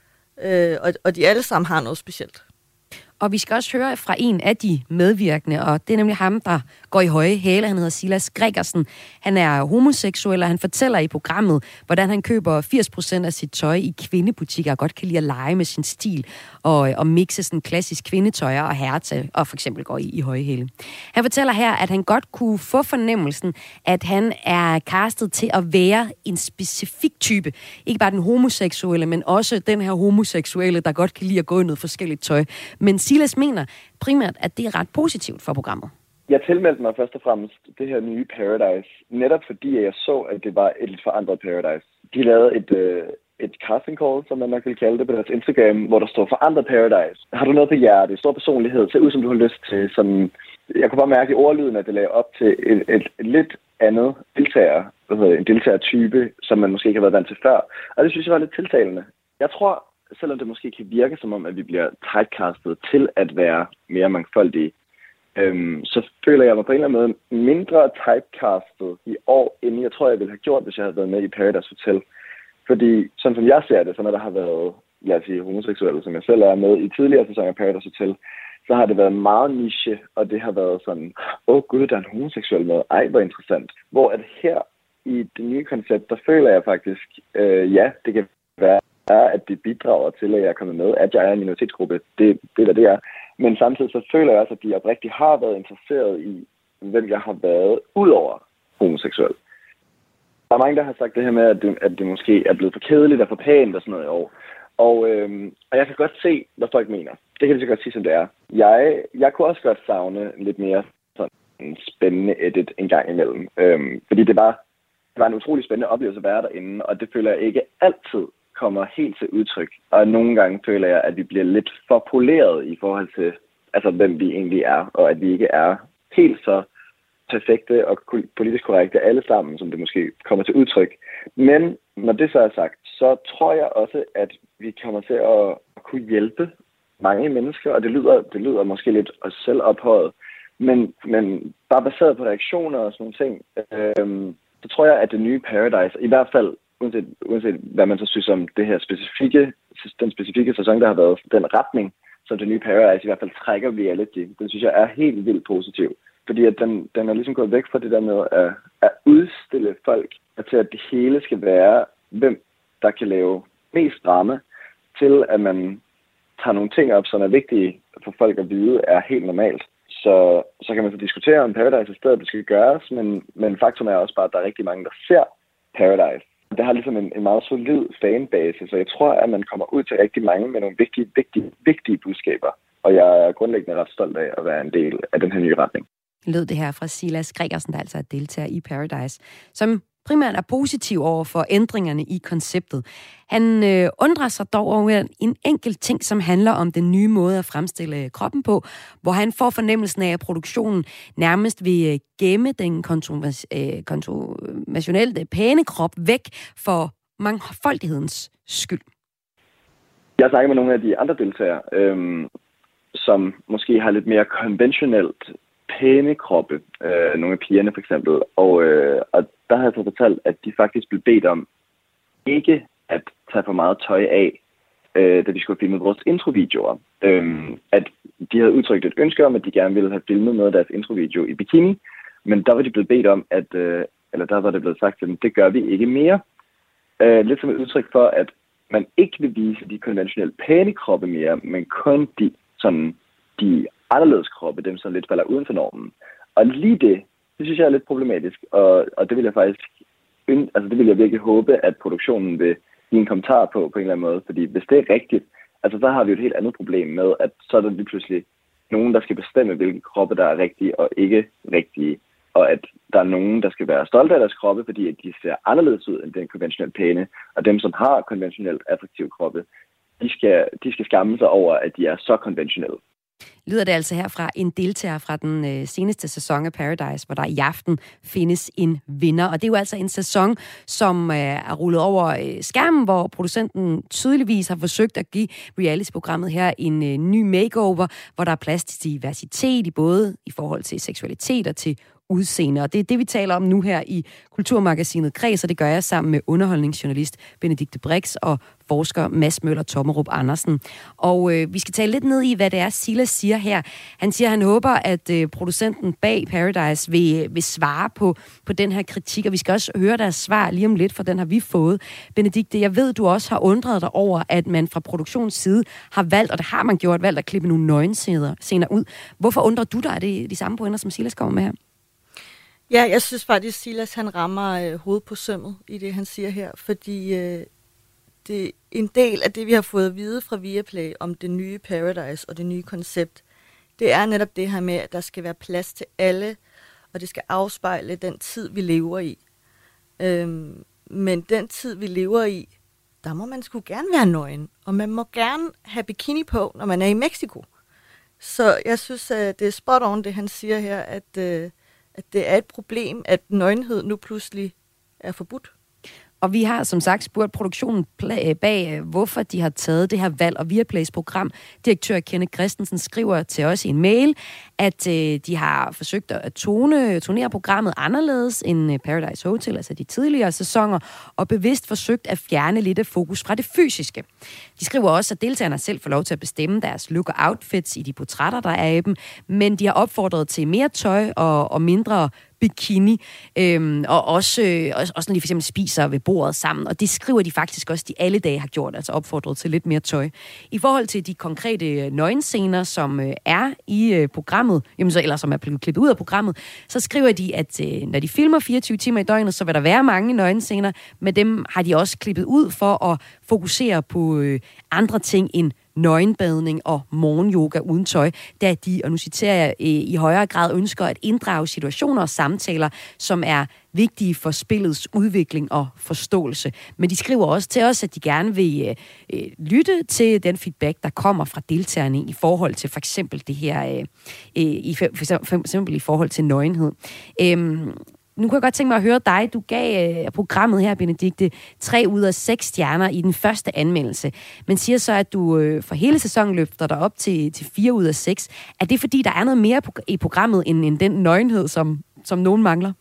øh, og, og de alle sammen har noget specielt. Og vi skal også høre fra en af de medvirkende, og det er nemlig ham, der går i høje hæle. Han hedder Silas Gregersen. Han er homoseksuel, og han fortæller i programmet, hvordan han køber firs procent af sit tøj i kvindebutikker, og godt kan lide at lege med sin stil, og, og mixe sådan klassisk kvindetøj og herretøj, og for eksempel går i, i høje hæle. Han fortæller her, at han godt kunne få fornemmelsen, at han er castet til at være en specifik type. Ikke bare den homoseksuelle, men også den her homoseksuelle, der godt kan lide at gå i noget forskelligt tøj. Men Silas mener primært, at det er ret positivt for programmet. Jeg tilmeldte mig først og fremmest det her nye Paradise, netop fordi jeg så, at det var et lidt forandret Paradise. De lavede et, øh, et casting call, som man nok vil kalde det, på deres Instagram, hvor der står forandret Paradise. Har du noget på hjertet? Stor personlighed? Ser ud, som du har lyst til? Sådan, jeg kunne bare mærke i ordlyden, at det lagde op til et, et, et lidt andet deltager, hvad hedder det, en deltagertype, som man måske ikke har været vant til før. Og det synes jeg var lidt tiltalende. Jeg tror, selvom det måske kan virke som om, at vi bliver typecastet til at være mere mangfoldige, øhm, så føler jeg mig på en eller anden måde mindre typecastet i år, end jeg tror, jeg ville have gjort, hvis jeg havde været med i Paradise Hotel. Fordi, sådan som jeg ser det, så når der har været, lad os sige, homoseksuelle, som jeg selv er med i tidligere sæsoner af Paradise Hotel, så har det været meget niche, og det har været sådan, åh oh, gud, der er en homoseksuel med, ej, hvor interessant. Hvor at her i det nye koncept, der føler jeg faktisk, øh, ja, det kan være, er, at det bidrager til, at jeg er kommet med, at jeg er en minoritetsgruppe. Det, det er det er. Men samtidig så føler jeg også, at de oprigtig har været interesseret i, hvem jeg har været, ud over homoseksuel. Der er mange, der har sagt det her med, at det, at det måske er blevet for kedeligt og for pænt og sådan noget i år. Og, øhm, og jeg kan godt se, hvad folk mener. Det kan jeg så godt sige, som det er. Jeg, jeg kunne også godt savne lidt mere sådan spændende edit en gang imellem. Øhm, fordi det var, det var en utrolig spændende oplevelse at være derinde, og det føler jeg ikke altid kommer helt til udtryk. Og nogle gange føler jeg, at vi bliver lidt for poleret i forhold til, altså, hvem vi egentlig er, og at vi ikke er helt så perfekte og politisk korrekte alle sammen, som det måske kommer til udtryk. Men når det så er sagt, så tror jeg også, at vi kommer til at kunne hjælpe mange mennesker, og det lyder, det lyder måske lidt os selv ophøjet, men, men bare baseret på reaktioner og sådan nogle ting, øhm, så tror jeg, at det nye Paradise, i hvert fald uanset, uanset hvad man så synes om det her specifikke, den specifikke sæson, der har været, den retning, som det nye Paradise i hvert fald trækker reality, den synes jeg er helt vildt positiv. Fordi at den, den er ligesom gået væk fra det der med at, at udstille folk, og til at det hele skal være, hvem der kan lave mest drama, til at man tager nogle ting op, som er vigtige for folk at vide, er helt normalt. Så, så kan man så diskutere, om Paradise i stedet det skal gøres, men, men faktum er også bare, at der er rigtig mange, der ser Paradise. Det har ligesom en, en meget solid fanbase, så jeg tror, at man kommer ud til rigtig mange med nogle vigtige, vigtige, vigtige budskaber. Og jeg er grundlæggende ret stolt af at være en del af den her nye retning. Lød det her fra Silas Gregersen, der altså er deltager i Paradise, som primært er positiv over for ændringerne i konceptet. Han øh, undrer sig dog over en enkelt ting, som handler om den nye måde at fremstille kroppen på, hvor han får fornemmelsen af, at produktionen nærmest vil gemme den kontroversielle øh, pæne krop væk for mangfoldighedens skyld. Jeg snakker med nogle af de andre deltagere, øhm, som måske har lidt mere konventionelt pæne kroppe, øh, nogle af pigerne for eksempel, og, øh, og der har jeg så fortalt, at de faktisk blev bedt om ikke at tage for meget tøj af, øh, da de skulle filme vores introvideoer. Øh, at de havde udtrykt et ønske om, at de gerne ville have filmet noget af deres introvideo i bikini, men der var de blevet bedt om, at, øh, eller der var det blevet sagt til dem, det gør vi ikke mere. Øh, lidt som et udtryk for, at man ikke vil vise de konventionelle pæne kroppe mere, men kun de, sådan, de anderledes kroppe, dem som lidt falder uden for normen. Og lige det, det synes jeg er lidt problematisk, og, og det vil jeg faktisk, altså det vil jeg virkelig håbe, at produktionen vil give en kommentar på, på en eller anden måde, fordi hvis det er rigtigt, altså så har vi jo et helt andet problem med, at så er der lige pludselig nogen, der skal bestemme, hvilke kroppe, der er rigtige og ikke rigtige, og at der er nogen, der skal være stolte af deres kroppe, fordi at de ser anderledes ud end den konventionelt pæne, og dem, som har konventionelt attraktive kroppe, de skal, de skal skamme sig over, at de er så konventionelle. Lyder det altså her fra en deltager fra den øh, seneste sæson af Paradise, hvor der i aften findes en vinder. Og det er jo altså en sæson, som øh, er rullet over øh, skærmen, hvor producenten tydeligvis har forsøgt at give reality-programmet her en øh, ny makeover, hvor der er plads til diversitet i både i forhold til seksualitet og til udseende. Og det er det, vi taler om nu her i Kulturmagasinet Kreds, og det gør jeg sammen med underholdningsjournalist Benedikte Brix og forsker Mads Møller Tommerup Andersen. Og øh, vi skal tale lidt ned i, hvad det er, Silas siger her. Han siger, at han håber, at øh, producenten bag Paradise vil, vil svare på, på den her kritik, og vi skal også høre deres svar lige om lidt, for den har vi fået. Benedikte, jeg ved, du også har undret dig over, at man fra produktionens side har valgt, og det har man gjort, valgt at klippe nogle nøgenscener ud. Hvorfor undrer du dig, at det er de samme pointer, som Silas kommer med her? Ja, jeg synes faktisk, at Silas han rammer øh, hovedet på sømmet i det, han siger her, fordi øh, det en del af det, vi har fået at vide fra Viaplay om det nye Paradise og det nye koncept, det er netop det her med, at der skal være plads til alle, og det skal afspejle den tid, vi lever i. Øhm, men den tid, vi lever i, der må man sgu gerne være nøgen, og man må gerne have bikini på, når man er i Mexico. Så jeg synes, at det er spot on, det han siger her, at øh, at det er et problem, at nøgenhed nu pludselig er forbudt. Og vi har som sagt spurgt produktionen bag, hvorfor de har taget det her valg, og Viaplays programdirektør Kenneth Christensen skriver til os i en mail, at øh, de har forsøgt at tone, tonere programmet anderledes end Paradise Hotel, altså de tidligere sæsoner, og bevidst forsøgt at fjerne lidt af fokus fra det fysiske. De skriver også, at deltagerne selv får lov til at bestemme deres look og outfits i de portrætter, der er af dem, men de har opfordret til mere tøj og, og mindre bikini, øhm, og også, øh, også, også når de for eksempel spiser ved bordet sammen, og det skriver de faktisk også, de alle dage har gjort, altså opfordret til lidt mere tøj. I forhold til de konkrete nøgenscener, som øh, er i øh, programmet, jamen så, eller som er blevet klippet ud af programmet, så skriver de, at øh, når de filmer fireogtyve timer i døgnet, så vil der være mange nøgenscener, men dem har de også klippet ud for at fokuserer på øh, andre ting end nøgenbadning og morgenyoga uden tøj, da de, og nu citerer jeg, øh, i højere grad ønsker at inddrage situationer og samtaler, som er vigtige for spillets udvikling og forståelse. Men de skriver også til os, at de gerne vil øh, lytte til den feedback, der kommer fra deltagerne i forhold til for eksempel det her, øh, i, for, for eksempel i forhold til nøgenhed. Øhm, Nu kunne jeg godt tænke mig at høre dig. Du gav øh, programmet her, Benedikte, tre ud af seks stjerner i den første anmeldelse. Men siger så, at du øh, for hele sæsonen løfter dig op til, til fire ud af seks. Er det fordi, der er noget mere i programmet, end, end den nøgenhed, som, som nogen mangler?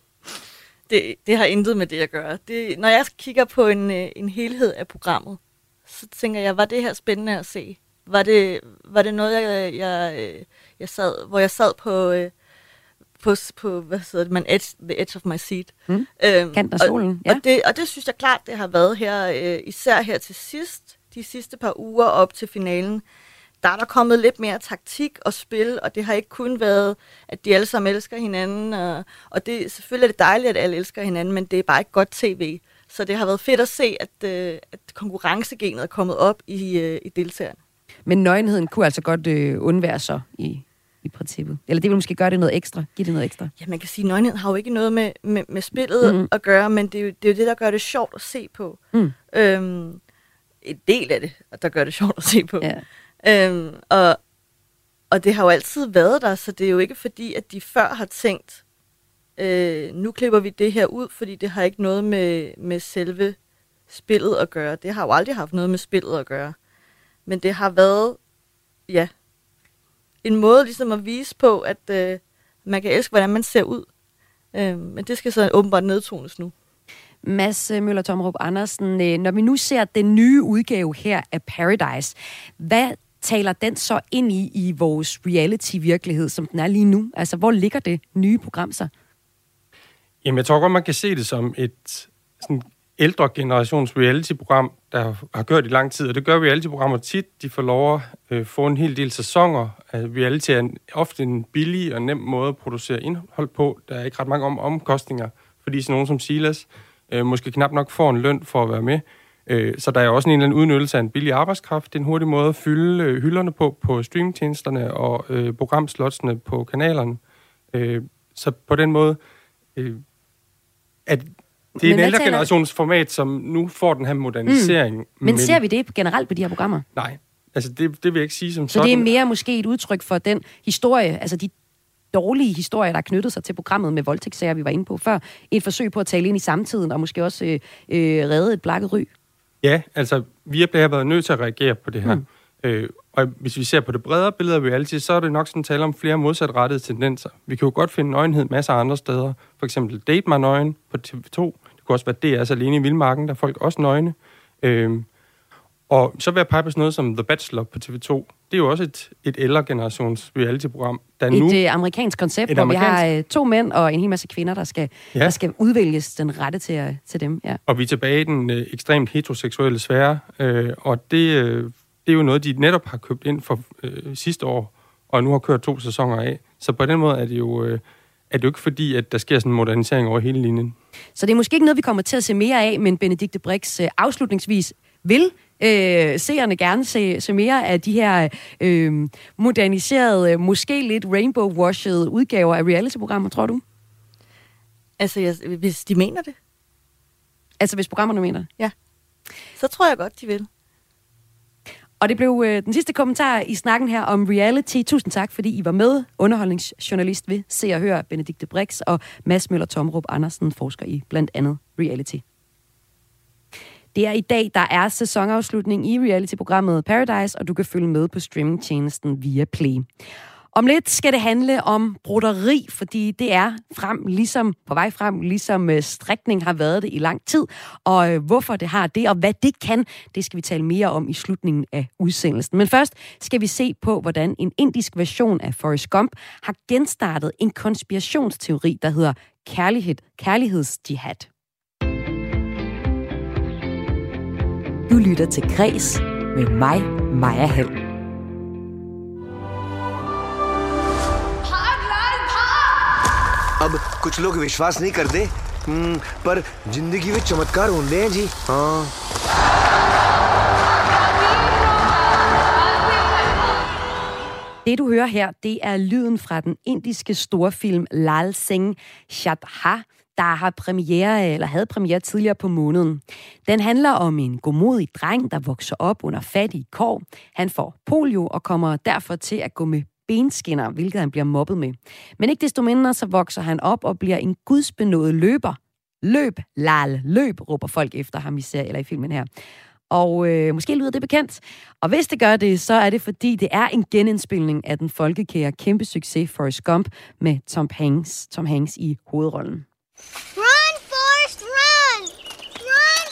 Det, det har intet med det at gøre. Det, når jeg kigger på en, en helhed af programmet, så tænker jeg, var det her spændende at se? Var det, var det noget, jeg, jeg, jeg sad, hvor jeg sad på... På, på, hvad hedder det, man edge, the edge of my seat. Mm. Øhm, Kanten af solen, og, ja. Og det, og det synes jeg klart, det har været her, øh, især her til sidst, de sidste par uger op til finalen. Der er der kommet lidt mere taktik og spil, og det har ikke kun været, at de alle sammen elsker hinanden. Og, og det, selvfølgelig er det dejligt, at alle elsker hinanden, men det er bare ikke godt tv. Så det har været fedt at se, at, øh, at konkurrencegenet er kommet op i, øh, i deltagerne. Men nøgenheden kunne altså godt øh, undvære sig i... i princippet. Eller det vil måske gøre det noget ekstra. Give det noget ekstra. Ja, man kan sige, at nøgenhed har jo ikke noget med, med, med spillet mm. at gøre, men det er, jo, det er jo det, der gør det sjovt at se på. Mm. Øhm, en del af det, der gør det sjovt at se på. Ja. Øhm, og, og det har jo altid været der, så det er jo ikke fordi, at de før har tænkt, øh, nu klipper vi det her ud, fordi det har ikke noget med, med selve spillet at gøre. Det har jo aldrig haft noget med spillet at gøre. Men det har været, ja... en måde ligesom at vise på, at øh, man kan elske, hvordan man ser ud. Øh, men det skal så åbenbart nedtones nu. Mads Møller Tomrup Andersen, øh, når vi nu ser den nye udgave her af Paradise, hvad taler den så ind i i vores reality-virkelighed, som den er lige nu? Altså, hvor ligger det nye program så? Jamen, jeg tror godt, man kan se det som et sådan ældre generations reality-program, der har kørt i lang tid, og det gør reality-programmer tit. De får lov at øh, få en hel del sæsoner. Altså, reality er en, ofte en billig og nem måde at producere indhold på. Der er ikke ret mange om omkostninger, fordi sådan nogen som Silas øh, måske knap nok får en løn for at være med. Øh, så der er også en eller anden udnyttelse af en billig arbejdskraft. Det er en hurtig måde at fylde øh, hylderne på, på streamingtjenesterne og øh, programslotsene på kanalerne. Øh, så på den måde... Øh, at det er men en ældre generationsformat, som nu får den her modernisering. Mm. Men, men ser vi det generelt på de her programmer? Nej, altså det, det vil jeg ikke sige som så sådan. Så det er mere måske et udtryk for den historie, altså de dårlige historier, der er knyttet sig til programmet med voldtægtssager, vi var inde på før. Et forsøg på at tale ind i samtiden, og måske også øh, øh, redde et blakket ry. Ja, altså vi har været nødt til at reagere på det her. Mm. Øh, og hvis vi ser på det bredere billede af reality, så er det nok sådan tale om flere modsatrettede tendenser. Vi kan jo godt finde nøgenhed masser af andre steder. For eksempel Date mig nøgen på T V to. Det kunne også være D R's Alene i Vildmarken, der er folk også nøgne. Øhm, og så vil jeg pege på sådan noget som The Bachelor på T V to. Det er jo også et, et ældre generations reality-program. Der et nu, øh, amerikansk koncept, hvor amerikansk... vi har øh, to mænd og en hel masse kvinder, der skal, ja. der skal udvælges den rette til, øh, til dem. Ja. Og vi er tilbage i den øh, ekstremt heteroseksuelle sfære, øh, og det, øh, det er jo noget, de netop har købt ind for øh, sidste år, og nu har kørt to sæsoner af. Så på den måde er det jo... Øh, er det jo ikke fordi, at der sker sådan en modernisering over hele linjen. Så det er måske ikke noget, vi kommer til at se mere af, men Benedikte Brix øh, afslutningsvis vil øh, seerne gerne se, se mere af de her øh, moderniserede, måske lidt rainbow-washede udgaver af reality-programmer, tror du? Altså, jeg, hvis de mener det. Altså, hvis programmerne mener det? Ja. Så tror jeg godt, de vil. Og det blev øh, den sidste kommentar i snakken her om reality. Tusind tak, fordi I var med. Underholdningsjournalist ved Se og Hør, Benedikte Brix, og Mads Møller Tomrup Andersen, forsker i blandt andet reality. Det er i dag, der er sæsonafslutning i reality-programmet Paradise, og du kan følge med på streamingtjenesten via Play. Om lidt skal det handle om broderi, fordi det er frem, ligesom, på vej frem, ligesom strikning har været det i lang tid. Og hvorfor det har det, og hvad det kan, det skal vi tale mere om i slutningen af udsendelsen. Men først skal vi se på, hvordan en indisk version af Forrest Gump har genstartet en konspirationsteori, der hedder kærlighed, kærlighedsjihad. Du lytter til Græs med mig, Maja Hall. अब कुछ लोग विश्वास नहीं करते पर जिंदगी में चमत्कार होते हैं जी हाँ Det, du hører her, det er lyden fra den indiske storfilm Lal Singh Chaddha, der har premiere, eller havde premiere tidligere på måneden. Den handler om en godmodig dreng, der vokser op under fattige kår. Han får polio og kommer derfor til at gå med benskinner, hvilket han bliver mobbet med. Men ikke desto mindre, så vokser han op og bliver en gudsbenådet løber. Løb, Lal, løb, råber folk efter ham i serien eller i filmen her. Og øh, måske lyder det bekendt. Og hvis det gør det, så er det fordi, det er en genindspilning af den folkekære kæmpe succes Forrest Gump med Tom Hanks, Tom Hanks i hovedrollen. Run, Forrest, run! Run,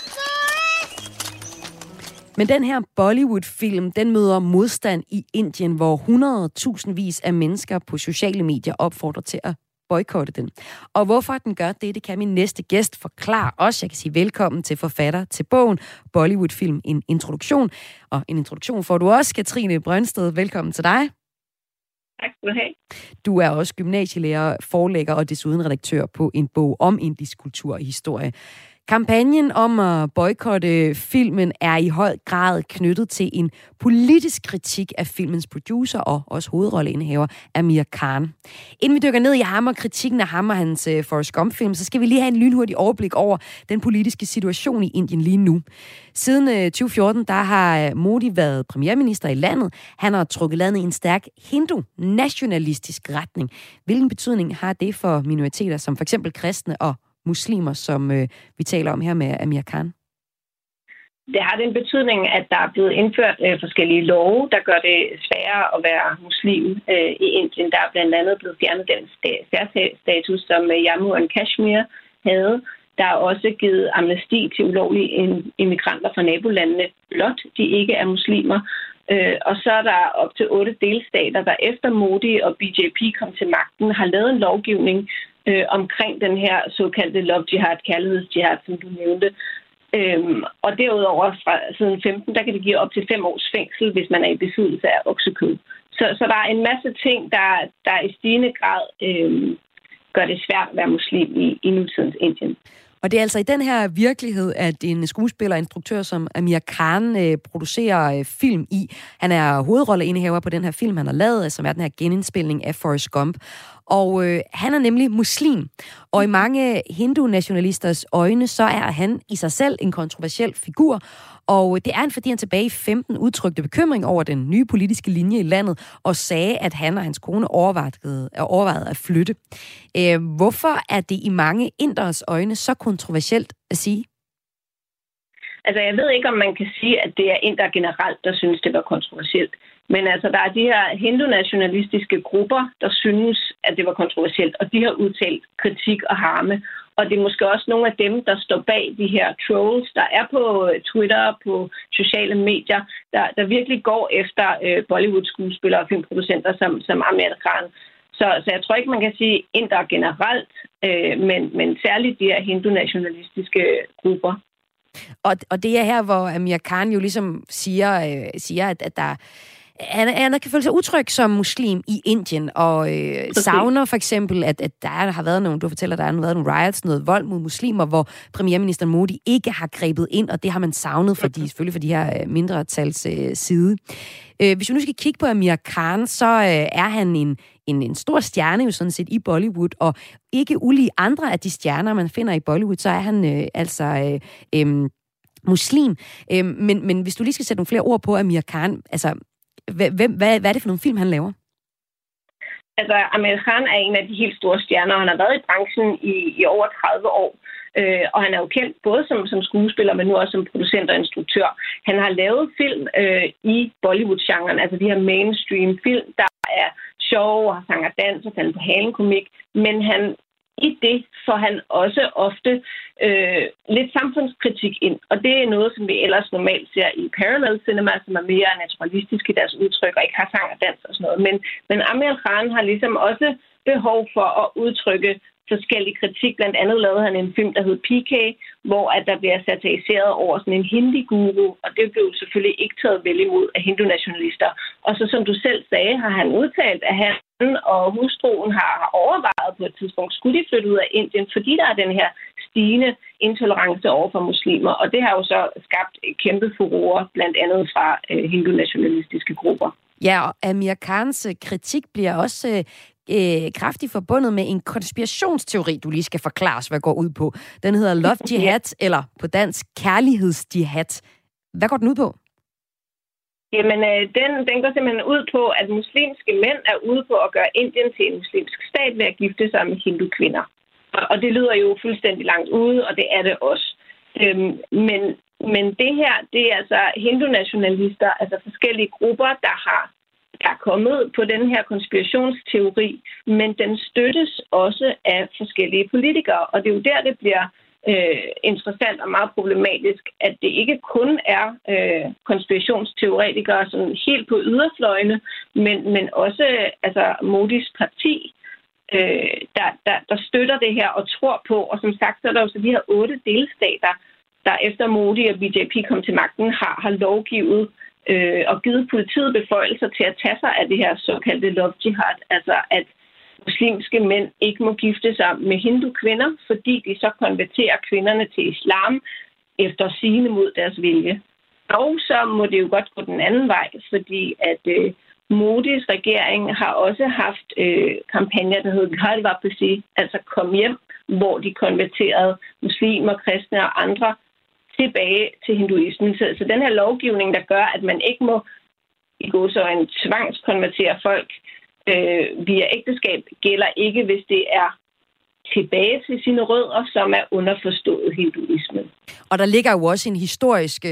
Forrest! Men den her Bollywood-film, den møder modstand i Indien, hvor hundredtusindvis af mennesker på sociale medier opfordrer til at boykotte den. Og hvorfor den gør det, det kan min næste gæst forklare os. Jeg kan sige velkommen til forfatter til bogen Bollywood-film, en introduktion. Og en introduktion får du også, Katrine Brøndsted. Velkommen til dig. Tak skal du have. Du er også gymnasielærer, forlægger og desuden redaktør på en bog om indisk kultur og historie. Kampagnen om at boykotte filmen er i høj grad knyttet til en politisk kritik af filmens producer og også hovedrolleindehaver Aamir Khan. Inden vi dykker ned i ham og kritikken af ham og hans uh, Forrest Gump-film, så skal vi lige have en lynhurtig overblik over den politiske situation i Indien lige nu. Siden uh, tyve fjorten, der har Modi været premierminister i landet. Han har trukket landet i en stærk hindu-nationalistisk retning. Hvilken betydning har det for minoriteter som for eksempel kristne og muslimer, som øh, vi taler om her med Aamir Khan? Det har den betydning, at der er blevet indført øh, forskellige love, der gør det sværere at være muslim øh, i Indien. Der er blandt andet blevet fjernet den særstatus, som øh, Jammu og Kashmir havde. Der er også givet amnesti til ulovlige immigranter fra nabolandene, blot de ikke er muslimer. Øh, og så er der op til otte delstater, der efter Modi og B J P kom til magten, har lavet en lovgivning øh, omkring den her såkaldte love jihad, kærlighedsjihad, som du nævnte. Øhm, og derudover fra siden femten, der kan det give op til fem års fængsel, hvis man er i besiddelse af oksekød. Så, så der er en masse ting, der, der i stigende grad øh, gør det svært at være muslim i, i nutidens Indien. Og det er altså i den her virkelighed, at en skuespiller og instruktør som Aamir Khan øh, producerer øh, film i. Han er hovedrolleindehaver på den her film, han har lavet, som er den her genindspilning af Forrest Gump. Og øh, han er nemlig muslim. Og i mange hindu-nationalisters øjne, så er han i sig selv en kontroversiel figur. Og det er han, fordi han tilbage i femten udtrykte bekymring over den nye politiske linje i landet, og sagde, at han og hans kone overvejede, overvejede at flytte. Øh, hvorfor er det i mange inders øjne så kontroversielt at sige? Altså, jeg ved ikke, om man kan sige, at det er inder generelt, der synes, det var kontroversielt. Men altså, der er de her hindu-nationalistiske grupper, der synes, at det var kontroversielt, og de har udtalt kritik og harme. Og det er måske også nogle af dem, der står bag de her trolls, der er på Twitter, på sociale medier, der, der virkelig går efter øh, Bollywood-skuespillere og filmproducenter som, som Aamir Khan. Så, så jeg tror ikke, man kan sige inder generelt, øh, men, men særligt de her hindu-nationalistiske grupper. Og, og det er her, hvor Aamir Khan jo ligesom siger, øh, siger at, at der Han, han kan føle sig utryg som muslim i Indien, og øh, savner for eksempel, at, at der har været nogle, du fortæller, der har været nogle riots, noget vold mod muslimer, hvor premierminister Modi ikke har grebet ind, og det har man savnet, fordi, selvfølgelig for de her mindretals øh, side. Øh, hvis vi nu skal kigge på Aamir Khan, så øh, er han en, en, en stor stjerne jo sådan set i Bollywood, og ikke ulig andre af de stjerner, man finder i Bollywood, så er han øh, altså øh, øh, muslim. Øh, men, men hvis du lige skal sætte nogle flere ord på Aamir Khan, altså Hvem, hvad, hvad er det for nogle film, han laver? Altså, Aamir Khan er en af de helt store stjerner, og han har været i branchen i, i over tredive år. Øh, og han er jo kendt både som, som skuespiller, men nu også som producent og instruktør. Han har lavet film øh, i Bollywood-genren, altså de her mainstream film, der er sjove og sang og dans og falder på halen komik, men han i det får han også ofte øh, lidt samfundskritik ind. Og det er noget, som vi ellers normalt ser i parallel cinema, som er mere naturalistisk i deres udtryk og ikke har sang og dans og sådan noget. Men, men Aamir Khan har ligesom også behov for at udtrykke forskellig kritik. Blandt andet lavede han en film, der hed P K, hvor at der bliver satiriseret over sådan en hindi-guru, og det blev selvfølgelig ikke taget vel imod af hindu-nationalister. Og så som du selv sagde, har han udtalt, at han og hustruen har overvejet på et tidspunkt, skulle de flytte ud af Indien, fordi der er den her stigende intolerance over for muslimer. Og det har jo så skabt kæmpe furore, blandt andet fra øh, hindu-nationalistiske grupper. Ja, og Amir Khans kritik bliver også øh, kraftigt forbundet med en konspirationsteori, du lige skal forklare os, hvad går ud på. Den hedder Love Jihad, eller på dansk Kærlighedsjihad. Hvad går den ud på? Jamen, øh, den, den går simpelthen ud på, at muslimske mænd er ude på at gøre Indien til en muslimsk stat ved at gifte sig med hindu-kvinder. Og, og det lyder jo fuldstændig langt ude, og det er det også. Øhm, men, men det her, det er altså hindu-nationalister, altså forskellige grupper, der har der er kommet på den her konspirationsteori, men den støttes også af forskellige politikere, og det er jo der, det bliver Øh, interessant og meget problematisk, at det ikke kun er øh, konspirationsteoretikere sådan helt på yderfløjene, men, men også altså Modis parti, øh, der, der, der støtter det her og tror på, og som sagt, så er der jo så de her otte delstater, der efter Modi og B J P kom til magten, har, har lovgivet øh, og givet politiet beføjelser til at tage sig af det her såkaldte love jihad, altså at muslimske mænd ikke må gifte sig med hindu-kvinder, fordi de så konverterer kvinderne til islam efter sigende mod deres vilje. Og så må det jo godt gå den anden vej, fordi at øh, Modis regering har også haft øh, kampagner, der hedder Ghar Wapsi, altså kom hjem, hvor de konverterede muslimer, kristne og andre tilbage til hinduismen. Så, så den her lovgivning, der gør, at man ikke må i gåseøjne tvangskonvertere folk Øh, via ægteskab, gælder ikke, hvis det er tilbage til sine rødder, som er underforstået hinduismen. Og der ligger jo også en historisk,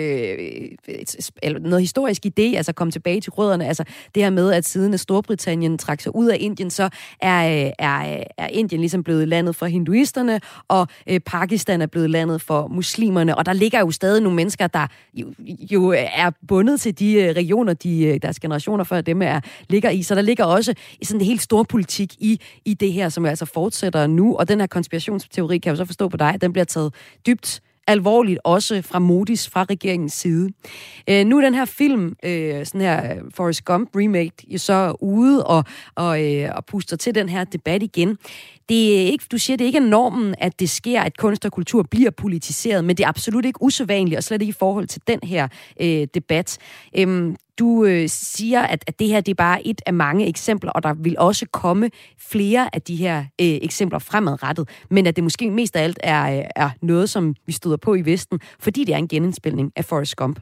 øh, noget historisk idé, altså komme tilbage til rødderne, altså det her med, at siden at Storbritannien trak sig ud af Indien, så er, er, er Indien ligesom blevet landet for hinduisterne, og øh, Pakistan er blevet landet for muslimerne, og der ligger jo stadig nogle mennesker, der jo, jo er bundet til de øh, regioner, de, deres generationer før dem er, ligger i, så der ligger også sådan en helt stor politik i, i det her, som altså fortsætter nu, og den her konspirationsteori, kan jeg jo så forstå på dig, den bliver taget dybt alvorligt, også fra Modis, fra regeringens side. Øh, nu er den her film, øh, sådan her Forrest Gump remake, jo så ude og, og, øh, og puster til den her debat igen. Det er ikke, du siger, det er ikke normen, at det sker, at kunst og kultur bliver politiseret, men det er absolut ikke usædvanligt, og slet ikke i forhold til den her øh, debat. Øhm, du øh, siger, at, at det her det er bare et af mange eksempler, og der vil også komme flere af de her øh, eksempler fremadrettet, men at det måske mest af alt er, er noget, som vi støder på i Vesten, fordi det er en genindspilning af Forrest Gump.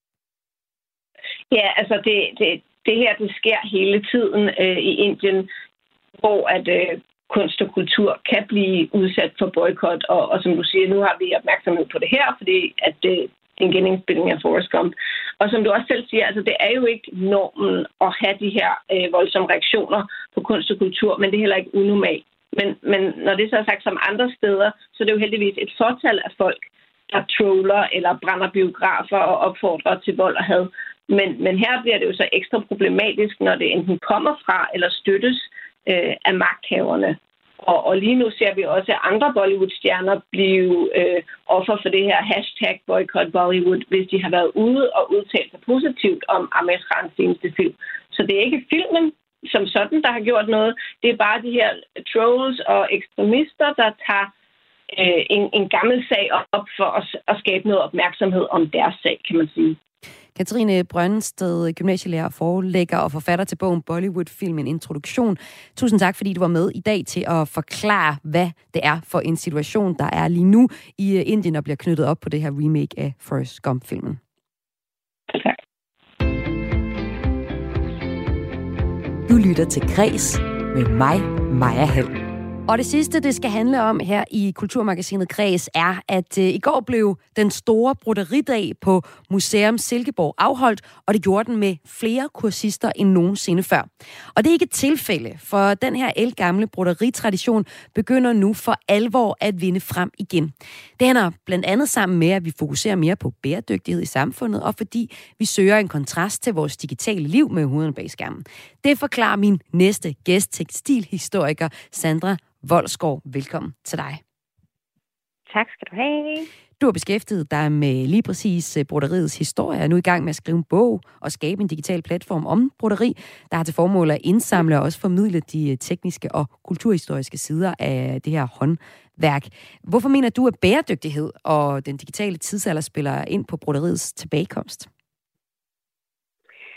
Ja, altså det, det, det her, det sker hele tiden øh, i Indien, hvor at øh, kunst og kultur kan blive udsat for boykot, og, og som du siger, nu har vi opmærksomhed på det her, fordi at det, det er en genindspilning af Forrest Gump. Og som du også selv siger, altså det er jo ikke normen at have de her øh, voldsomme reaktioner på kunst og kultur, men det er heller ikke unormalt. Men, men når det så er sagt som andre steder, så er det jo heldigvis et fortal af folk, der troller eller brænder biografer og opfordrer til vold og had. Men, men her bliver det jo så ekstra problematisk, når det enten kommer fra eller støttes øh, af magthaverne. Og, og lige nu ser vi også andre Bollywood-stjerner blive øh, offer for det her hashtag boycott Bollywood, hvis de har været ude og udtalt sig positivt om Amir Khans seneste film. Så det er ikke filmen som sådan, der har gjort noget. Det er bare de her trolls og ekstremister, der tager øh, en, en gammel sag op for at, at skabe noget opmærksomhed om deres sag, kan man sige. Katrine Brøndsted, gymnasielærer, forlægger og forfatter til bogen Bollywood-film en introduktion. Tusind tak, fordi du var med i dag til at forklare, hvad det er for en situation, der er lige nu i Indien og bliver knyttet op på det her remake af Forrest Gump-filmen. Tak. Du lytter til Kres med mig, Maja Hall. Og det sidste, det skal handle om her i Kulturmagasinet Kres, er, at øh, i går blev den store broderidag på Museum Silkeborg afholdt, og det gjorde den med flere kursister end nogensinde før. Og det er ikke et tilfælde, for den her ældgamle broderitradition begynder nu for alvor at vinde frem igen. Det hænger blandt andet sammen med, at vi fokuserer mere på bæredygtighed i samfundet, og fordi vi søger en kontrast til vores digitale liv med hovederne bag skærmen. Det forklarer min næste gæst, tekstilhistoriker Sandra Voldsgaard. Velkommen til dig. Tak skal du have. Du har beskæftiget dig med lige præcis broderiets historie, og er nu i gang med at skrive en bog og skabe en digital platform om broderi, der har til formål at indsamle og også formidle de tekniske og kulturhistoriske sider af det her håndværk. Hvorfor mener du, at bæredygtighed og den digitale tidsalder spiller ind på broderiets tilbagekomst?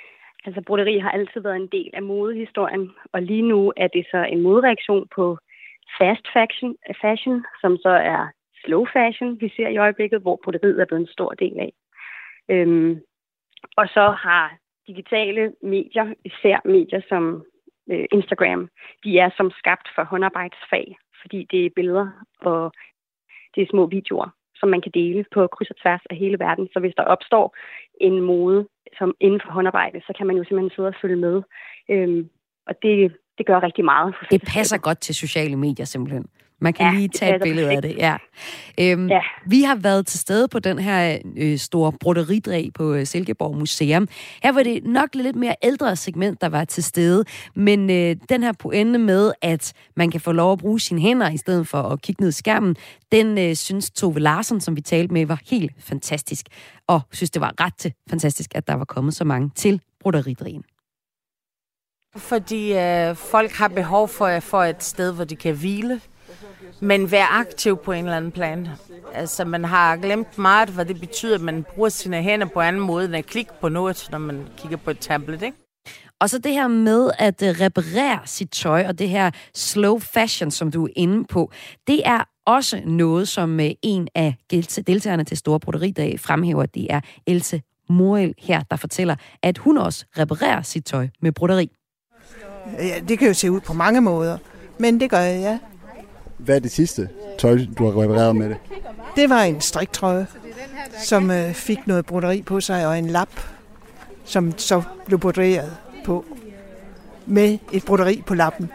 Altså, broderi har altid været en del af modehistorien, og lige nu er det så en modreaktion på fast fashion, fashion, som så er slow fashion, vi ser i øjeblikket, hvor broderiet er blevet en stor del af. Øhm, og så har digitale medier, især medier som øh, Instagram, de er som skabt for håndarbejdsfag, fordi det er billeder og det er små videoer, som man kan dele på kryds og tværs af hele verden. Så hvis der opstår en mode som inden for håndarbejde, så kan man jo simpelthen sidde og følge med. Øhm, og det, det gør rigtig meget. Det passer godt til sociale medier simpelthen. Man kan ja, lige tage et billede af det. Ja. Øhm, ja. Vi har været til stede på den her øh, store broderidag på øh, Silkeborg Museum. Her var det nok lidt mere ældre segment, der var til stede, men øh, den her pointe med, at man kan få lov at bruge sine hænder i stedet for at kigge ned i skærmen, den øh, synes Tove Larsen, som vi talte med, var helt fantastisk, og synes, det var ret til fantastisk, at der var kommet så mange til broderidagen. Fordi øh, folk har behov for, for et sted, hvor de kan hvile, men være aktiv på en eller anden plan. Altså, man har glemt meget, hvad det betyder, at man bruger sine hænder på anden måde, end at klikke på noget, når man kigger på et tablet, ikke? Og så det her med at reparere sit tøj, og det her slow fashion, som du er inde på, det er også noget, som en af deltagerne til Store Broderidag fremhæver. Det er Else Morild her, der fortæller, at hun også reparerer sit tøj med broderi. Ja, det kan jo se ud på mange måder, men det gør jeg, ja. Hvad er det sidste tøj, du har repareret med det? Det var en striktrøje, som øh, fik noget broderi på sig, og en lap, som så blev broderet på, med et broderi på lappen.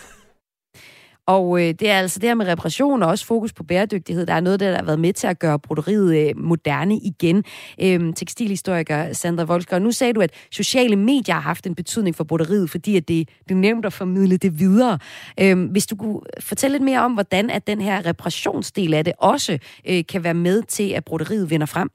Og øh, det er altså det her med reparation og også fokus på bæredygtighed. Der er noget, der har været med til at gøre broderiet øh, moderne igen. Øhm, tekstilhistoriker Sandra Volsker. Nu sagde du, at sociale medier har haft en betydning for broderiet, fordi at det, det er nemt at formidle det videre. Øhm, hvis du kunne fortælle lidt mere om, hvordan at den her reparationsdel af det også øh, kan være med til, at broderiet vinder frem.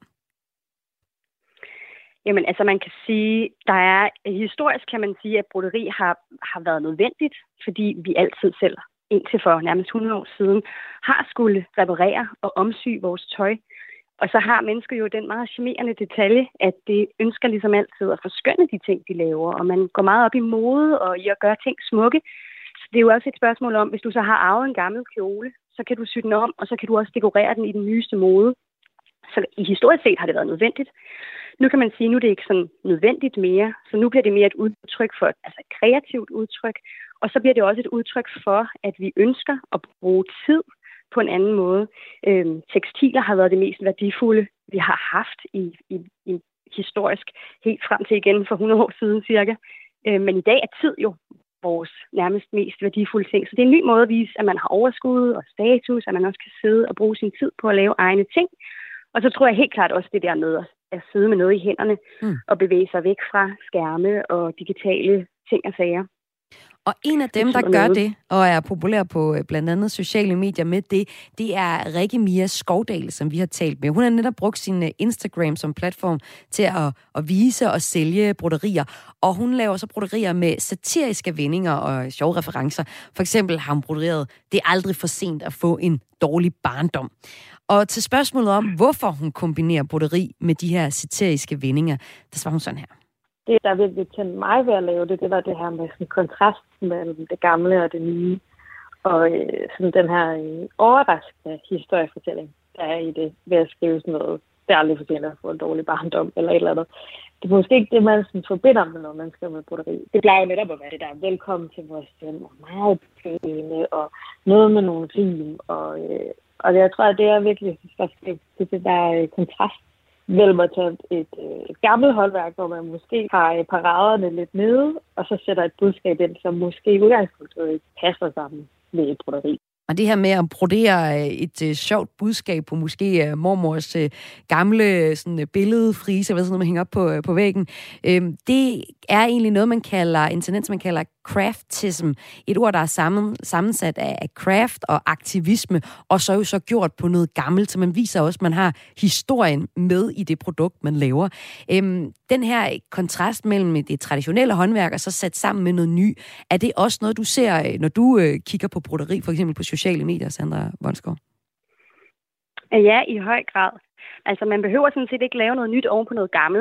Jamen, altså man kan sige, der er historisk kan man sige, at broderi har, har været nødvendigt, fordi vi altid selv indtil for nærmest hundrede år siden, har skulle reparere og omsy vores tøj. Og så har mennesker jo den meget charmerende detalje, at det ønsker ligesom altid at forskønne de ting, de laver. Og man går meget op i mode og i at gøre ting smukke. Så det er jo også et spørgsmål om, hvis du så har arvet en gammel kjole, så kan du sy den om, og så kan du også dekorere den i den nyeste mode. Så i historisk set har det været nødvendigt. Nu kan man sige, at nu er det ikke sådan nødvendigt mere, så nu bliver det mere et udtryk for, altså et kreativt udtryk, og så bliver det også et udtryk for, at vi ønsker at bruge tid på en anden måde. Øhm, tekstiler har været det mest værdifulde, vi har haft i, i, i historisk, helt frem til igen for hundrede år siden cirka. Øhm, men i dag er tid jo vores nærmest mest værdifulde ting, så det er en ny måde at vise, at man har overskud og status, at man også kan sidde og bruge sin tid på at lave egne ting. Og så tror jeg helt klart også det der med at sidde med noget i hænderne mm. og bevæge sig væk fra skærme og digitale ting og sager. Og en af dem, der gør det, og er populær på blandt andet sociale medier med det, det er Rikke Mia Skovdal, som vi har talt med. Hun har netop brugt sin Instagram som platform til at, at vise og sælge broderier. Og hun laver så broderier med satiriske vendinger og sjove referencer. For eksempel har hun broderet, det er aldrig for sent at få en dårlig barndom. Og til spørgsmålet om, hvorfor hun kombinerer broderi med de her satiriske vendinger, der svarer hun sådan her. Det, der virkelig tændte mig ved at lave det, det var det her med sådan kontrast mellem det gamle og det nye. Og øh, sådan den her øh, overraskende historiefortælling, der er i det, ved at skrive sådan noget, det er aldrig for sent at få en dårlig barndom, eller et eller andet. Det er måske ikke det, man sådan forbinder med, når man skal med broderi. Det plejer jo netop at være det der, velkommen til vores hjem, og meget pæne, og noget med nogle film, og, øh, og det, jeg tror, at det er virkelig det, det, det der øh, kontrast. Vel må tage et, et gammelt håndværk, hvor man måske har paraderne lidt nede, og så sætter et budskab ind, som måske i udgangspunktet ikke passer sammen med et broderi. Og det her med at brodere et uh, sjovt budskab på måske uh, mormors uh, gamle sådan, uh, billedfrise, eller sådan noget, man hænger op på, uh, på væggen, uh, det er egentlig noget, man kalder, en tendens, man kalder craftism. Et ord, der er sammen, sammensat af, af craft og aktivisme, og så er jo så gjort på noget gammelt, så man viser også, at man har historien med i det produkt, man laver. Um, den her kontrast mellem det traditionelle håndværk og så sat sammen med noget ny, er det også noget, du ser, når du uh, kigger på broderi, for eksempel på sociale medier, Sandra Volsker? Ja, i høj grad. Altså, man behøver sådan set ikke lave noget nyt oven på noget gammelt.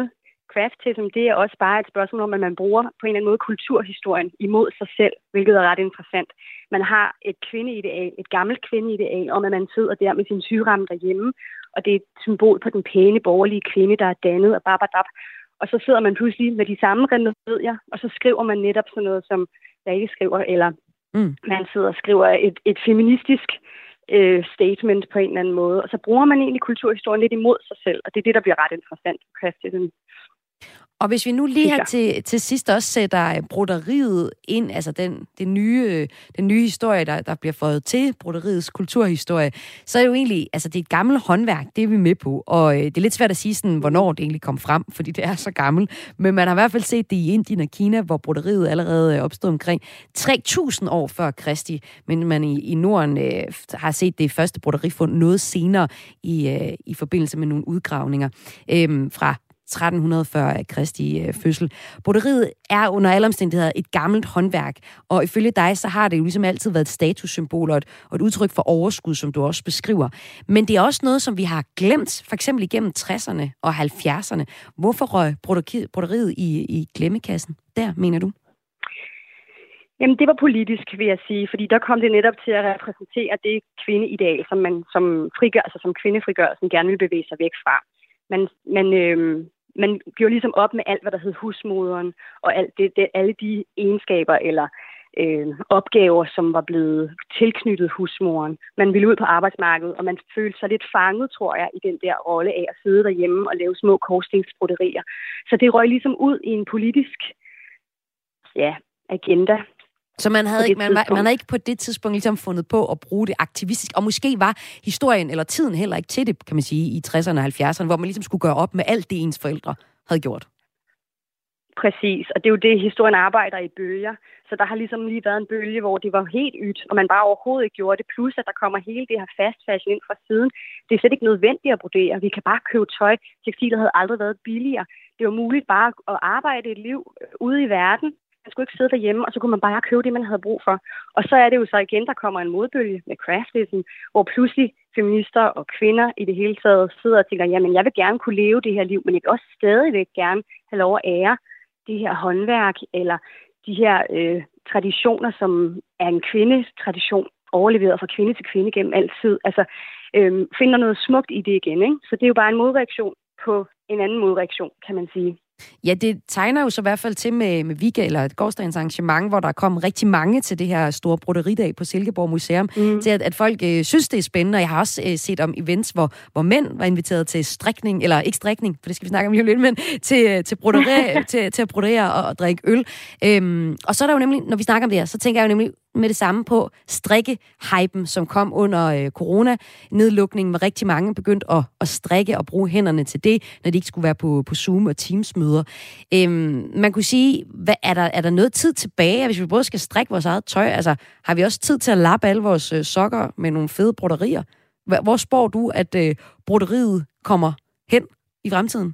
craftism, det er også bare et spørgsmål om, at man bruger på en eller anden måde kulturhistorien imod sig selv, hvilket er ret interessant. Man har et kvindeideal, et gammelt kvindeideal, om at man sidder der med sin sygeramme derhjemme, og det er et symbol på den pæne, borgerlige kvinde, der er dannet og babadab. Og så sidder man pludselig med de samme remedier, og så skriver man netop sådan noget, som jeg ikke skriver, eller mm. man sidder og skriver et, et feministisk øh, statement på en eller anden måde. Og så bruger man egentlig kulturhistorien lidt imod sig selv, og det er det, der bliver ret interessant for Christian. Og hvis vi nu lige her til, til sidst også sætter broderiet ind, altså den, den, nye, den nye historie, der, der bliver fået til broderiets kulturhistorie, så er det jo egentlig, altså det er et gammelt håndværk, det er vi med på, og øh, det er lidt svært at sige sådan, hvornår det egentlig kom frem, fordi det er så gammelt, men man har i hvert fald set det i Indien og Kina, hvor broderiet allerede opstod omkring tre tusind år før Kristi, men man i, i Norden øh, har set det første broderifund noget senere i, øh, i forbindelse med nogle udgravninger øh, fra tretten fyrre Kristi øh, fødsel. Broderiet er under alle omstændigheder et gammelt håndværk, og ifølge dig, så har det jo ligesom altid været et statussymbol og et, og et udtryk for overskud, som du også beskriver. Men det er også noget, som vi har glemt, for eksempel igennem tresserne og halvfjerdserne. Hvorfor røg broderiet i, i glemmekassen der, mener du? Jamen, det var politisk, vil jeg sige, fordi der kom det netop til at repræsentere det kvindeideal, som man som, frigør, altså, som kvindefrigørelsen gerne vil bevæge sig væk fra. Man, man, øh, man gjorde ligesom op med alt, hvad der hed husmoderen, og alt det, det, alle de egenskaber eller øh, opgaver, som var blevet tilknyttet husmoren. Man ville ud på arbejdsmarkedet, og man følte sig lidt fanget, tror jeg, i den der rolle af at sidde derhjemme og lave små korsstensbroderier. Så det røg ligesom ud i en politisk ja, agenda. Så man havde, ikke, man, var, man havde ikke på det tidspunkt ligesom fundet på at bruge det aktivistisk, og måske var historien eller tiden heller ikke til det, kan man sige, i tresserne og halvfjerdserne, hvor man ligesom skulle gøre op med alt det, ens forældre havde gjort. Præcis, og det er jo det, historien arbejder i bølger. Så der har ligesom lige været en bølge, hvor det var helt ydt, og man bare overhovedet ikke gjorde det. Plus, at der kommer hele det her fast fashion ind fra siden. Det er slet ikke nødvendigt at brodere. Vi kan bare købe tøj. Tekstiler havde aldrig været billigere. Det var muligt bare at arbejde et liv ude i verden. Man skulle ikke sidde derhjemme, og så kunne man bare købe det, man havde brug for. Og så er det jo så igen, der kommer en modbølge med craftism, hvor pludselig feminister og kvinder i det hele taget sidder og tænker, jamen jeg vil gerne kunne leve det her liv, men jeg vil også stadigvæk gerne have lov at ære det her håndværk, eller de her øh, traditioner, som er en kvindetradition, overleveret fra kvinde til kvinde gennem altid. Altså øh, finder noget smukt i det igen, ikke? Så det er jo bare en modreaktion på en anden modreaktion, kan man sige. Ja, det tegner jo så i hvert fald til med, med Weekend, eller et gårdsdagens arrangement, hvor der kom rigtig mange til det her store broderidag på Silkeborg Museum, mm. til at, at folk øh, synes, det er spændende, og jeg har også øh, set om events, hvor, hvor mænd var inviteret til strikning, eller ikke strikning, for det skal vi snakke om lige lidt, men til, til, broderi, til, til at brodere og, og drikke øl. Øhm, og så er der jo nemlig, når vi snakker om det her, så tænker jeg jo nemlig med det samme på strikke-hypen, som kom under øh, corona-nedlukningen, hvor rigtig mange begyndte at, at strikke og bruge hænderne til det, når de ikke skulle være på, på Zoom og Teams-møder. Øhm, man kunne sige, hvad, er, der, er der noget tid tilbage, hvis vi både skal strikke vores eget tøj? Altså, har vi også tid til at lappe alle vores øh, sokker med nogle fede broderier? Hvor spår du, at øh, broderiet kommer hen i fremtiden?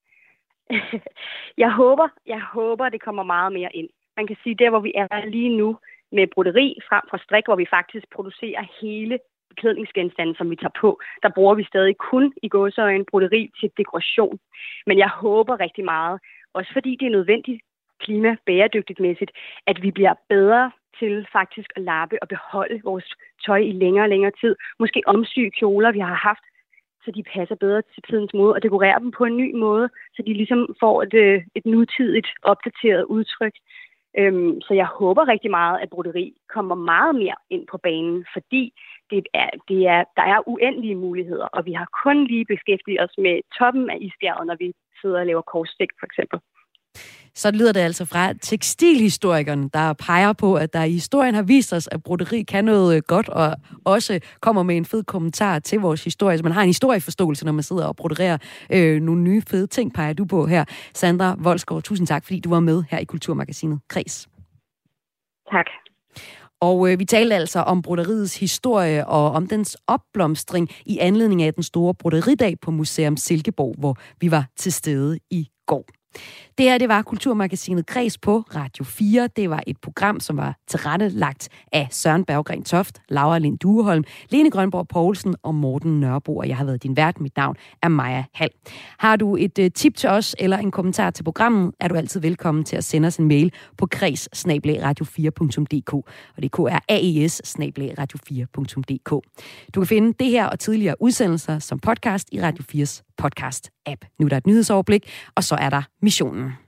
Jeg håber, jeg håber, det kommer meget mere ind. Man kan sige, der hvor vi er lige nu, med broderi frem for strik, hvor vi faktisk producerer hele beklædningsgenstande, som vi tager på, der bruger vi stadig kun i gåseøjne broderi til dekoration. Men jeg håber rigtig meget, også fordi det er nødvendigt klima bæredygtigt mæssigt, at vi bliver bedre til faktisk at lappe og beholde vores tøj i længere og længere tid. Måske omsy kjoler, vi har haft, så de passer bedre til tidens mode, og dekorere dem på en ny måde, så de ligesom får et, et nutidigt opdateret udtryk. Øhm, så jeg håber rigtig meget, at broderi kommer meget mere ind på banen, fordi det er, det er, der er uendelige muligheder, og vi har kun lige beskæftiget os med toppen af isbjerget, når vi sidder og laver korsstik for eksempel. Så lyder det altså fra tekstilhistorikeren, der peger på, at der i historien har vist os, at broderi kan noget godt, og også kommer med en fed kommentar til vores historie. Så man har en historieforståelse, når man sidder og broderer øh, nogle nye fede ting, peger du på her. Sandra Volsgaard, tusind tak, fordi du var med her i Kulturmagasinet Kreds. Tak. Og øh, vi talte altså om broderiets historie og om dens opblomstring i anledning af den store broderidag på Museum Silkeborg, hvor vi var til stede i går. Det her, det var Kulturmagasinet Kreds på Radio fire. Det var et program, som var tilrettelagt af Søren Berggren Toft, Laura Lind Dueholm, Lene Grønborg Poulsen og Morten Nørbo, og jeg har været din vært. Mit navn er Maja Hall. Har du et uh, tip til os eller en kommentar til programmet, er du altid velkommen til at sende os en mail på kreds bindestreg radio fire punktum d k, og det k er aes bindestreg radio fire punktum d k. Du kan finde det her og tidligere udsendelser som podcast i Radio fires podcast-app. Nu er der et nyhedsoverblik, og så er der missionen.